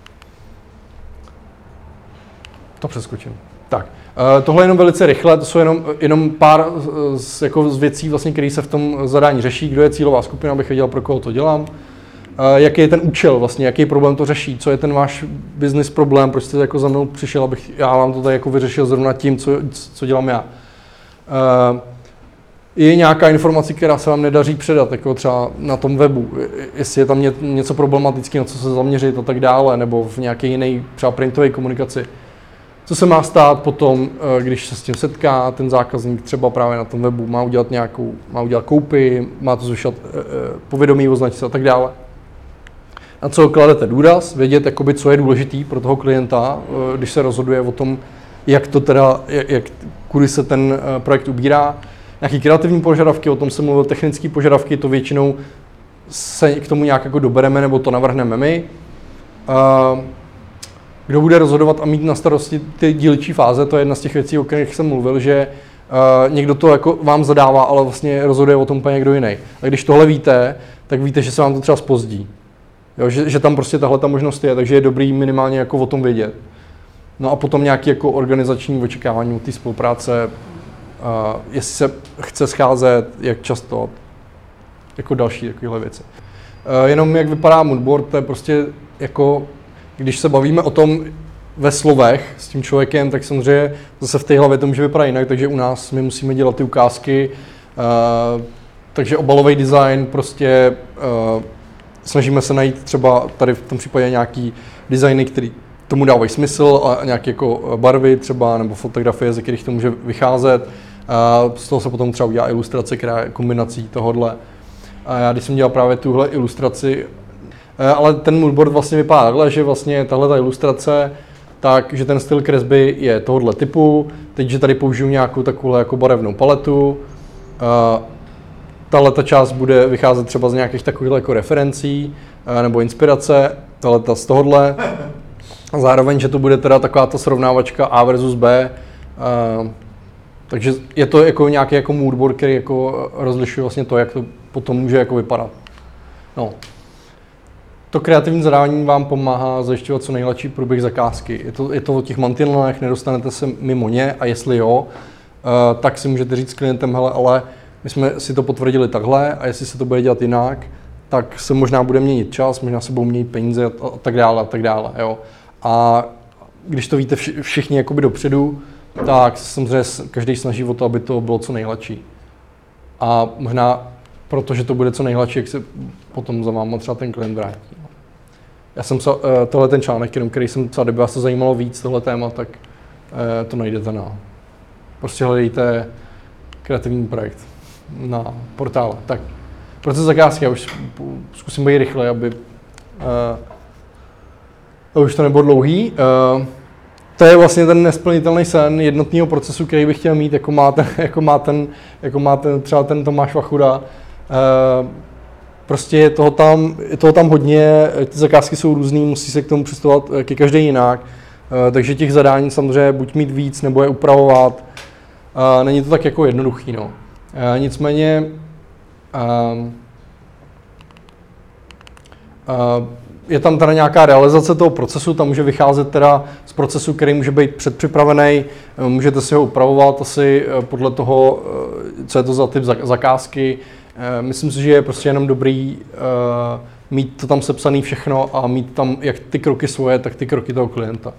To přeskočím. Tak, tohle je jenom velice rychle, to jsou jenom pár z věcí, vlastně, které se v tom zadání řeší, kdo je cílová skupina, abych věděl, pro koho to dělám. Jaký je ten účel vlastně, jaký problém to řeší, co je ten váš business problém, proč jste jako za mnou přišel, abych já vám to tady jako vyřešil zrovna tím, co dělám já. Je nějaká informace, která se vám nedaří předat, jako třeba na tom webu, jestli je tam něco problematického, na co se zaměřit a tak dále, nebo v nějaké jiné třeba printové komunikaci. Co se má stát potom, když se s tím setká ten zákazník třeba právě na tom webu, má udělat koupy, má to zvyšovat povědomí, označit a tak dále. Na co kladete důraz, vědět, jakoby, co je důležitý pro toho klienta, když se rozhoduje o tom, kudy se ten projekt ubírá. Nějaký kreativní požadavky, o tom jsem mluvil, technické požadavky, to většinou se k tomu nějak jako dobereme, nebo to navrhneme my. Kdo bude rozhodovat a mít na starosti ty dílčí fáze, to je jedna z těch věcí, o kterých jsem mluvil, že někdo to jako vám zadává, ale vlastně rozhoduje o tom úplně někdo jiný. A když tohle víte, tak víte, že se vám to třeba zpozdí. Jo, že tam prostě tahle ta možnost je, takže je dobrý minimálně jako o tom vědět. No a potom nějaké jako organizační očekávání té spolupráce, jestli se chce scházet, jak často, jako další takovéhle věci. Jenom jak vypadá moodboard, to je prostě jako, když se bavíme o tom ve slovech s tím člověkem, tak samozřejmě zase v té hlavě to může vypadat jinak, takže u nás my musíme dělat ty ukázky, takže obalový design prostě snažíme se najít třeba tady v tom případě nějaký designy, který tomu dávají smysl, a nějaké jako barvy třeba, nebo fotografie, ze kterých to může vycházet. Z toho se potom třeba udělá ilustrace, která je kombinací tohohle. A já když jsem dělal právě tuhle ilustraci, ale ten moodboard vlastně vypadá takhle, že vlastně tahle ta ilustrace, takže ten styl kresby je tohohle typu, teď, že tady použiju nějakou takovou jako barevnou paletu. Tahle ta část bude vycházet třeba z nějakých takových jako referencí nebo inspirace, tahle z tohohle. A zároveň, že to bude teda taková ta srovnávačka A versus B. Takže je to jako nějaký jako moodboard, který jako rozlišuje vlastně to, jak to potom může jako vypadat. No. To kreativní zadání vám pomáhá zajišťovat co nejlepší průběh zakázky. Je to o těch mantinelech, nedostanete se mimo ně a jestli jo, tak si můžete říct s klientem, hele, ale my jsme si to potvrdili takhle a jestli se to bude dělat jinak, tak se možná bude měnit čas, možná se budou měnit peníze a tak dále. Jo. A když to víte všichni jakoby dopředu, tak samozřejmě každý snaží o to, aby to bylo co nejlepší. A možná protože to bude co nejhladší, jak se potom za váma třeba ten klient vrátí. Já jsem tohle ten článek, který jsem psal, kdyby vás to zajímalo víc, tohle téma, tak to najdete na. Prostě hledejte kreativní projekt na portále. Tak, proces zakázky, já už zkusím být rychle, aby už to nebylo dlouhý. To je vlastně ten nesplnitelný sen jednotného procesu, který bych chtěl mít, jako má třeba ten Tomáš Vachuda. Prostě je toho tam hodně, ty zakázky jsou různý, musí se k tomu přistupovat ke každé jinak. Takže těch zadání samozřejmě buď mít víc, nebo je upravovat. Není to tak jako jednoduchý, no. Nicméně je tam teda nějaká realizace toho procesu, tam může vycházet teda z procesu, který může být předpřipravený, můžete si ho upravovat asi podle toho, co je to za typ zakázky. Myslím si, že je prostě jenom dobrý mít to tam sepsané všechno a mít tam jak ty kroky svoje, tak ty kroky toho klienta.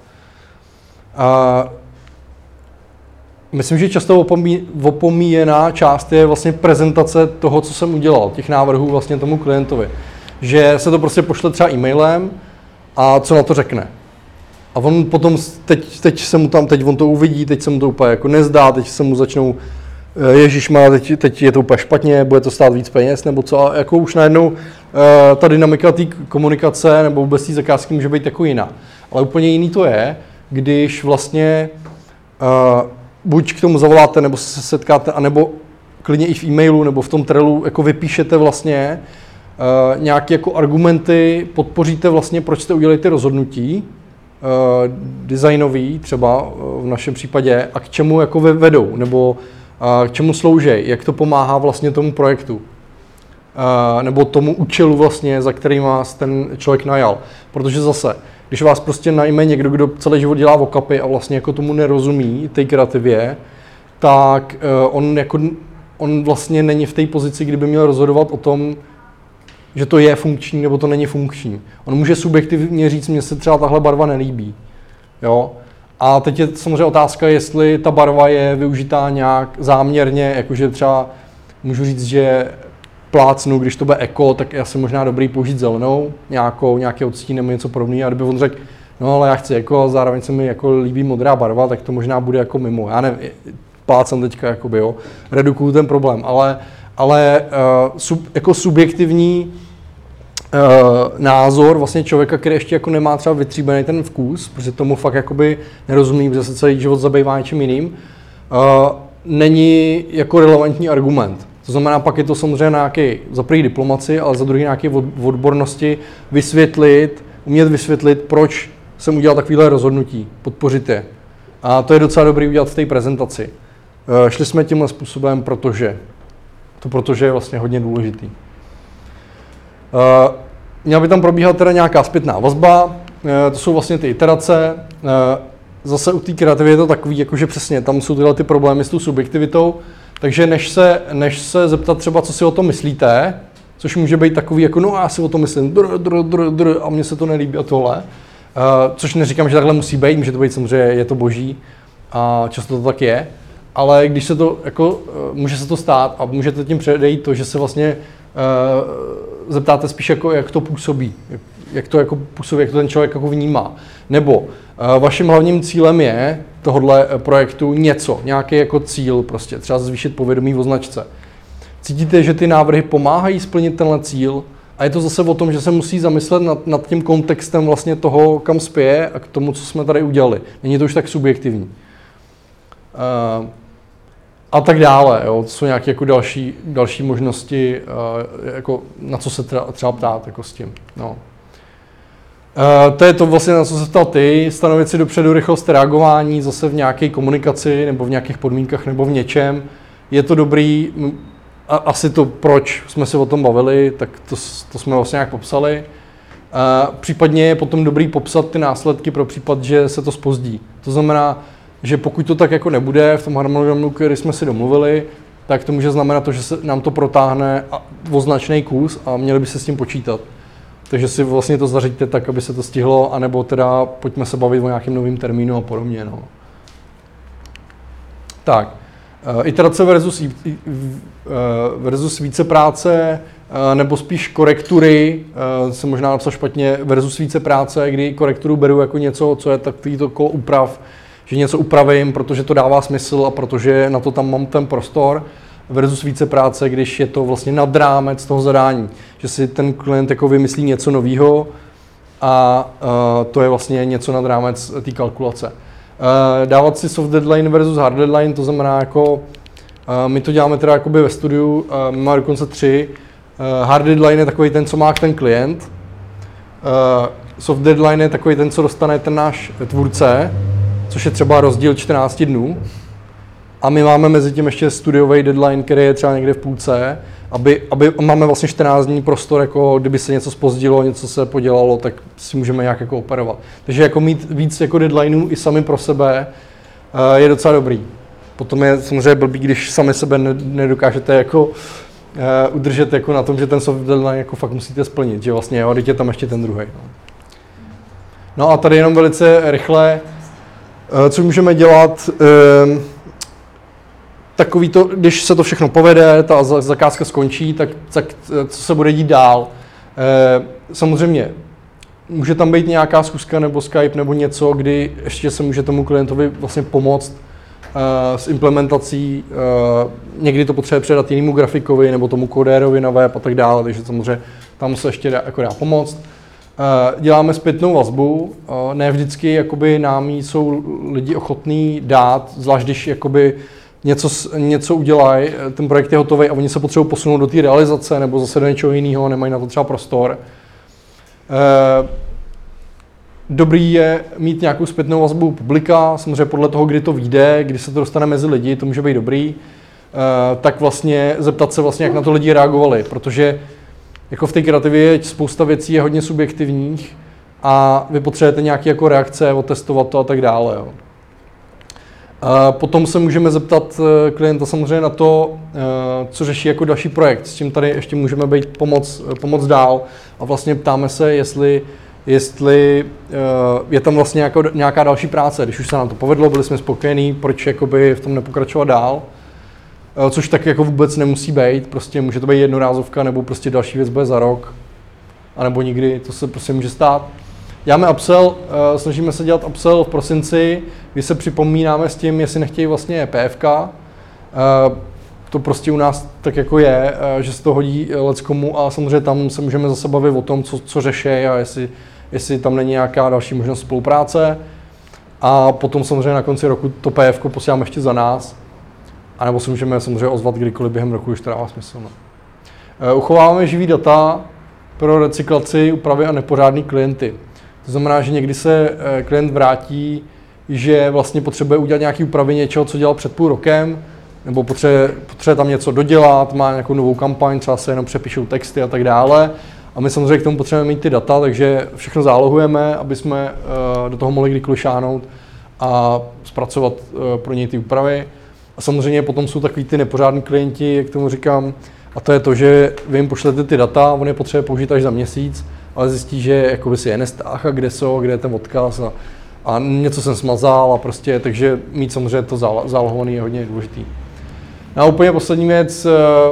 Myslím, že často opomíjená část je vlastně prezentace toho, co jsem udělal, těch návrhů vlastně tomu klientovi. Že se to prostě pošle třeba e-mailem a co na to řekne. A on potom, teď on to uvidí, teď se mu to úplně jako nezdá, teď se mu začnou ježišmar, teď je to úplně špatně, bude to stát víc peněz, nebo co, a jako už najednou ta dynamika té komunikace nebo vůbec té zakázky může být jako jiná. Ale úplně jiný to je, když vlastně buď k tomu zavoláte, nebo se setkáte, anebo klidně i v e-mailu, nebo v tom Trellu jako vypíšete vlastně nějaké jako argumenty, podpoříte vlastně, proč jste udělali ty rozhodnutí, designový třeba v našem případě, a k čemu jako vedou, nebo k čemu slouží, jak to pomáhá vlastně tomu projektu, nebo tomu účelu vlastně, za který vás ten člověk najal. Protože zase, když vás prostě najme někdo, kdo celý život dělá okapy a vlastně jako tomu nerozumí, té kreativě, tak on vlastně není v té pozici, kdyby měl rozhodovat o tom, že to je funkční nebo to není funkční. On může subjektivně říct, mně se třeba tahle barva nelíbí. Jo? A teď je samozřejmě otázka, jestli ta barva je využitá nějak záměrně, jakože třeba můžu říct, že plácnu, když to bude eko, tak je asi možná dobrý použít zelenou, nějaký odstín nebo něco podobného. A kdyby on řekl, no ale já chci eko, a zároveň se mi jako líbí modrá barva, tak to možná bude jako mimo. Já nevím, plácám teďka jakoby, jo, redukuju ten problém, ale jako subjektivní názor vlastně člověka, který ještě jako nemá třeba vytříbený ten vkus, protože tomu fakt jakoby nerozumí, protože se celý život zabývá něčím jiným, není jako relevantní argument. To znamená, pak je to samozřejmě nějaký za první diplomaci, ale za druhý nějaké odbornosti umět vysvětlit, proč jsem udělal takovéhle rozhodnutí, podpořit je. A to je docela dobrý udělat v té prezentaci. Šli jsme tímhle způsobem, protože je vlastně hodně důležitý. Měla by tam probíhat teda nějaká zpětná vazba, to jsou vlastně ty iterace. Zase u té kreativy je to takový, jakože přesně, tam jsou tyhle ty problémy s tou subjektivitou, takže než se zeptat třeba, co si o tom myslíte, což může být takový, jako no já si o tom myslím, a mně se to nelíbí a tohle, což neříkám, že takhle musí být, může to být samozřejmě, je to boží a často to tak je, ale když se to, jako, může se to stát a můžete tím předejít to, že se vlastně zeptáte spíš, jako, jak to působí, jak to jako působí, jak to ten člověk jako vnímá. Nebo vaším hlavním cílem je tohohle projektu nějaký jako cíl, prostě třeba zvýšit povědomí o značce. Cítíte, že ty návrhy pomáhají splnit tenhle cíl a je to zase o tom, že se musí zamyslet nad tím kontextem vlastně toho, kam spěje a k tomu, co jsme tady udělali. Není to už tak subjektivní. A tak dále, jo. To jsou nějaké jako další možnosti, jako na co se třeba ptát jako s tím. No. To je to vlastně, na co se ptal ty, stanovit si dopředu rychlost reagování zase v nějaké komunikaci nebo v nějakých podmínkách nebo v něčem. Je to dobrý, asi to, proč jsme se o tom bavili, tak to jsme vlastně nějak popsali. Případně je potom dobrý popsat ty následky pro případ, že se to zpozdí. To znamená, že pokud to tak jako nebude v tom harmonogramu, který jsme si domluvili, tak to může znamenat to, že se nám to protáhne o značný kus a měli by se s tím počítat. Takže si vlastně to zařiďte tak, aby se to stihlo, anebo teda pojďme se bavit o nějakém novém termínu a podobně. No. Tak, iterace versus více práce, nebo spíš korektury, jsem možná napsal špatně, versus více práce, kdy korekturu beru jako něco, co je takovýto kolo úprav, že něco upravím, protože to dává smysl a protože na to tam mám ten prostor, versus více práce, když je to vlastně nad rámec toho zadání, že si ten klient jako vymyslí něco nového a to je vlastně něco nad rámec té kalkulace. Dávat si soft deadline versus hard deadline, to znamená jako, my to děláme teda jakoby ve studiu, my máme dokonce 3. Hard deadline je takový ten, co má ten klient, soft deadline je takový ten, co dostane ten náš tvůrce, což je třeba rozdíl 14 dnů. A my máme mezi tím ještě studiový deadline, který je třeba někde v půlce, aby máme vlastně 14 dní prostor, jako kdyby se něco zpozdilo, něco se podělalo, tak si můžeme nějak jako operovat. Takže jako mít víc jako deadlineů i sami pro sebe je docela dobrý. Potom je samozřejmě blbý, když sami sebe nedokážete jako udržet jako na tom, že ten soft deadline jako fakt musíte splnit, že vlastně jo, teď je tam ještě ten druhý. No a tady jenom velice rychle, co můžeme dělat, takový to, když se to všechno povede, ta zakázka skončí, tak co se bude dít dál. Samozřejmě může tam být nějaká schůzka nebo Skype nebo něco, kdy ještě se může tomu klientovi vlastně pomoct s implementací. Někdy to potřebuje předat jinému grafikovi nebo tomu kodérovi na web a tak dále, takže samozřejmě tam se ještě dá pomoct. Děláme zpětnou vazbu, ne vždycky jakoby nám jsou lidi ochotní dát, zvlášť když jakoby něco udělají, ten projekt je hotový a oni se potřebují posunout do té realizace nebo zase do něčeho jiného, nemají na to třeba prostor. Dobrý je mít nějakou zpětnou vazbu publika, samozřejmě podle toho, kdy to vyjde, kdy se to dostane mezi lidi, to může být dobrý, tak vlastně zeptat se vlastně, jak na to lidi reagovali, protože jako v té kreativě spousta věcí je hodně subjektivních a vy potřebujete nějaké jako reakce, otestovat to a tak dále. Jo. Potom se můžeme zeptat klienta samozřejmě na to, co řeší jako další projekt, s tím tady ještě můžeme být pomoc dál a vlastně ptáme se, jestli je tam vlastně nějaká další práce, když už se nám to povedlo, byli jsme spokojení, proč jakoby v tom nepokračovat dál, což tak jako vůbec nemusí být, prostě může to být jednorázovka nebo prostě další věc bude za rok, anebo nikdy, to se prostě může stát. Děláme upsell, snažíme se dělat upsell v prosinci, kdy se připomínáme s tím, jestli nechtějí vlastně PFK. To prostě u nás tak jako je, že se to hodí leckomu a samozřejmě tam se můžeme zase bavit o tom, co řeší a jestli tam není nějaká další možnost spolupráce. A potom samozřejmě na konci roku to PFK posíláme ještě za nás. A nebo se můžeme samozřejmě ozvat kdykoliv během roku, už to dává smysl. No. Uchováváme živý data pro recyklaci, úpravy a nepořádný klienty. To znamená, že někdy se klient vrátí, že vlastně potřebuje udělat nějaké úpravy něčeho, co dělal před půl rokem, nebo potřebuje tam něco dodělat, má nějakou novou kampaň, třeba se jenom přepíšou texty a tak dále. A my samozřejmě k tomu potřebujeme mít ty data, takže všechno zálohujeme, aby jsme do toho mohli kdykoliv šáhnout a zpracovat pro něj ty úpravy. A samozřejmě potom jsou takový ty nepořádní klienti, jak tomu říkám, a to je to, že vy jim pošlete ty data, on je potřebuje použít až za měsíc, ale zjistí, že jakoby si je nestáh a kde je ten odkaz a něco jsem smazal a prostě, takže mít samozřejmě to zálohovaný je hodně důležitý. A úplně poslední věc,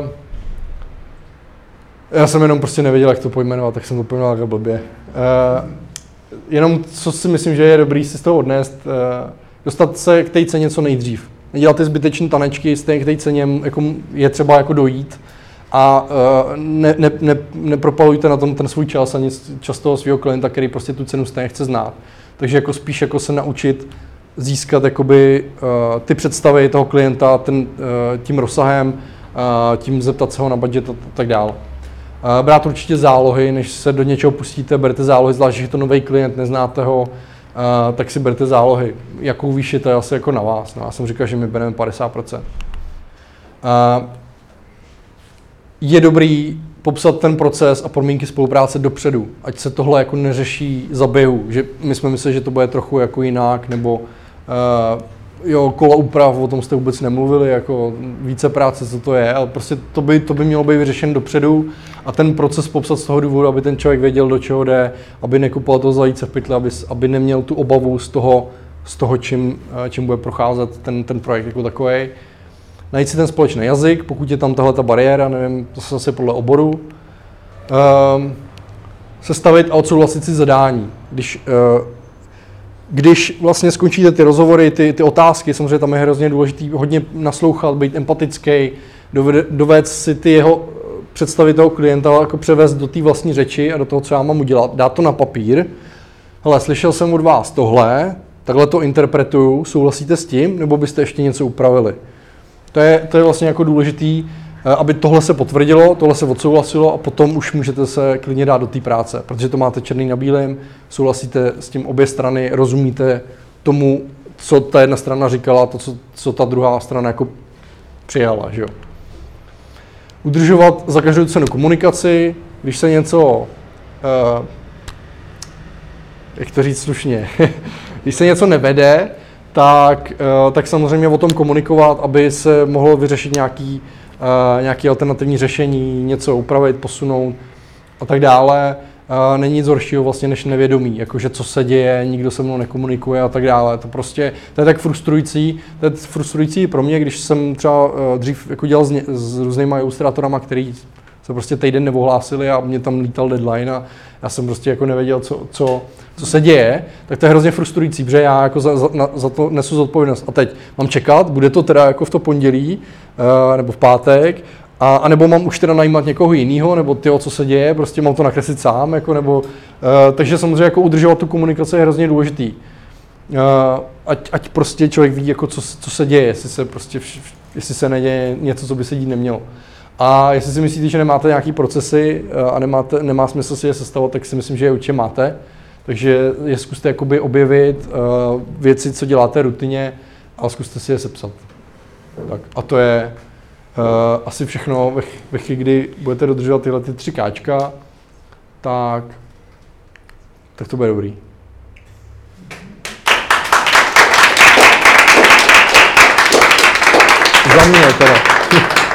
já jsem jenom prostě nevěděl, jak to pojmenovat, tak jsem to pojmenoval jako blbě. Jenom co si myslím, že je dobrý si z toho odnést, dostat se k té ceně co nejdřív. Nedělat ty zbytečné tanečky, stejně k té ceně jako je třeba jako dojít a nepropalujte na tom ten svůj čas ani čas toho svého klienta, který prostě tu cenu stejně chce znát. Takže jako spíš jako se naučit získat jakoby, ty představy toho klienta tím rozsahem, tím zeptat se ho na budget a tak dále. Brát určitě zálohy, než se do něčeho pustíte, berte zálohy, zvlášť, že je to nový klient, neznáte ho, tak si berte zálohy. Jakou výši, to je asi jako na vás. No, já jsem říkal, že my bereme 50%. Je dobrý popsat ten proces a podmínky spolupráce dopředu, ať se tohle jako neřeší za běhu, že my jsme mysleli, že to bude trochu jako jinak, nebo kola úprav, o tom jste vůbec nemluvili, jako více práce, co to je, ale prostě to by mělo být vyřešen dopředu a ten proces popsat z toho důvodu, aby ten člověk věděl, do čeho jde, aby nekupoval toho zajíce v pytli, aby neměl tu obavu z toho čím bude procházet ten projekt jako takový. Najít si ten společný jazyk, pokud je tam tahle ta bariéra, nevím, to se zase podle oboru. Sestavit a odsouhlasit si zadání. Když vlastně skončíte ty rozhovory, ty otázky, samozřejmě tam je hrozně důležitý hodně naslouchat, být empatický, dovést si ty jeho představit toho klienta, jako převést do té vlastní řeči a do toho, co já mám udělat, dát to na papír. Hele, slyšel jsem od vás tohle, takhle to interpretuju, souhlasíte s tím, nebo byste ještě něco upravili? To je vlastně jako důležitý, aby tohle se potvrdilo, tohle se odsouhlasilo a potom už můžete se klidně dát do té práce, protože to máte černý na bílém, souhlasíte s tím obě strany, rozumíte tomu, co ta jedna strana říkala, to, co ta druhá strana jako přijala, že jo. Udržovat za každou cenu komunikaci, když se něco, jak to říct slušně, když se něco nevede, tak samozřejmě o tom komunikovat, aby se mohlo vyřešit nějaké alternativní řešení, něco upravit, posunout a tak dále. Není nic horšího vlastně než nevědomí, jakože co se děje, nikdo se mnou nekomunikuje a tak dále. To je tak frustrující. To je frustrující pro mě, když jsem třeba dřív jako dělal s různýma ilustrátorama, který se prostě týden neohlásili a mě tam lítal deadline a já jsem prostě jako nevěděl, co se děje, tak to je hrozně frustrující, protože já jako za to nesu zodpovědnost. A teď mám čekat, bude to teda jako v to pondělí nebo v pátek, a nebo mám už teda najímat někoho jiného, nebo tyjo, co se děje, prostě mám to nakreslit sám, jako, nebo, takže samozřejmě jako udržovat tu komunikaci je hrozně důležitý. Ať prostě člověk ví, jako co se děje, jestli se neděje něco, co by se dít nemělo. A jestli si myslíte, že nemáte nějaký procesy a nemá smysl si je sestavovat, tak si myslím, že je určitě máte. Takže je zkuste jakoby objevit věci, co děláte rutině, a zkuste si je sepsat. Tak, a to je asi všechno. Ve chvíli, kdy budete dodržovat tyhle 3 káčka, tak to bude dobrý. Za mě teda.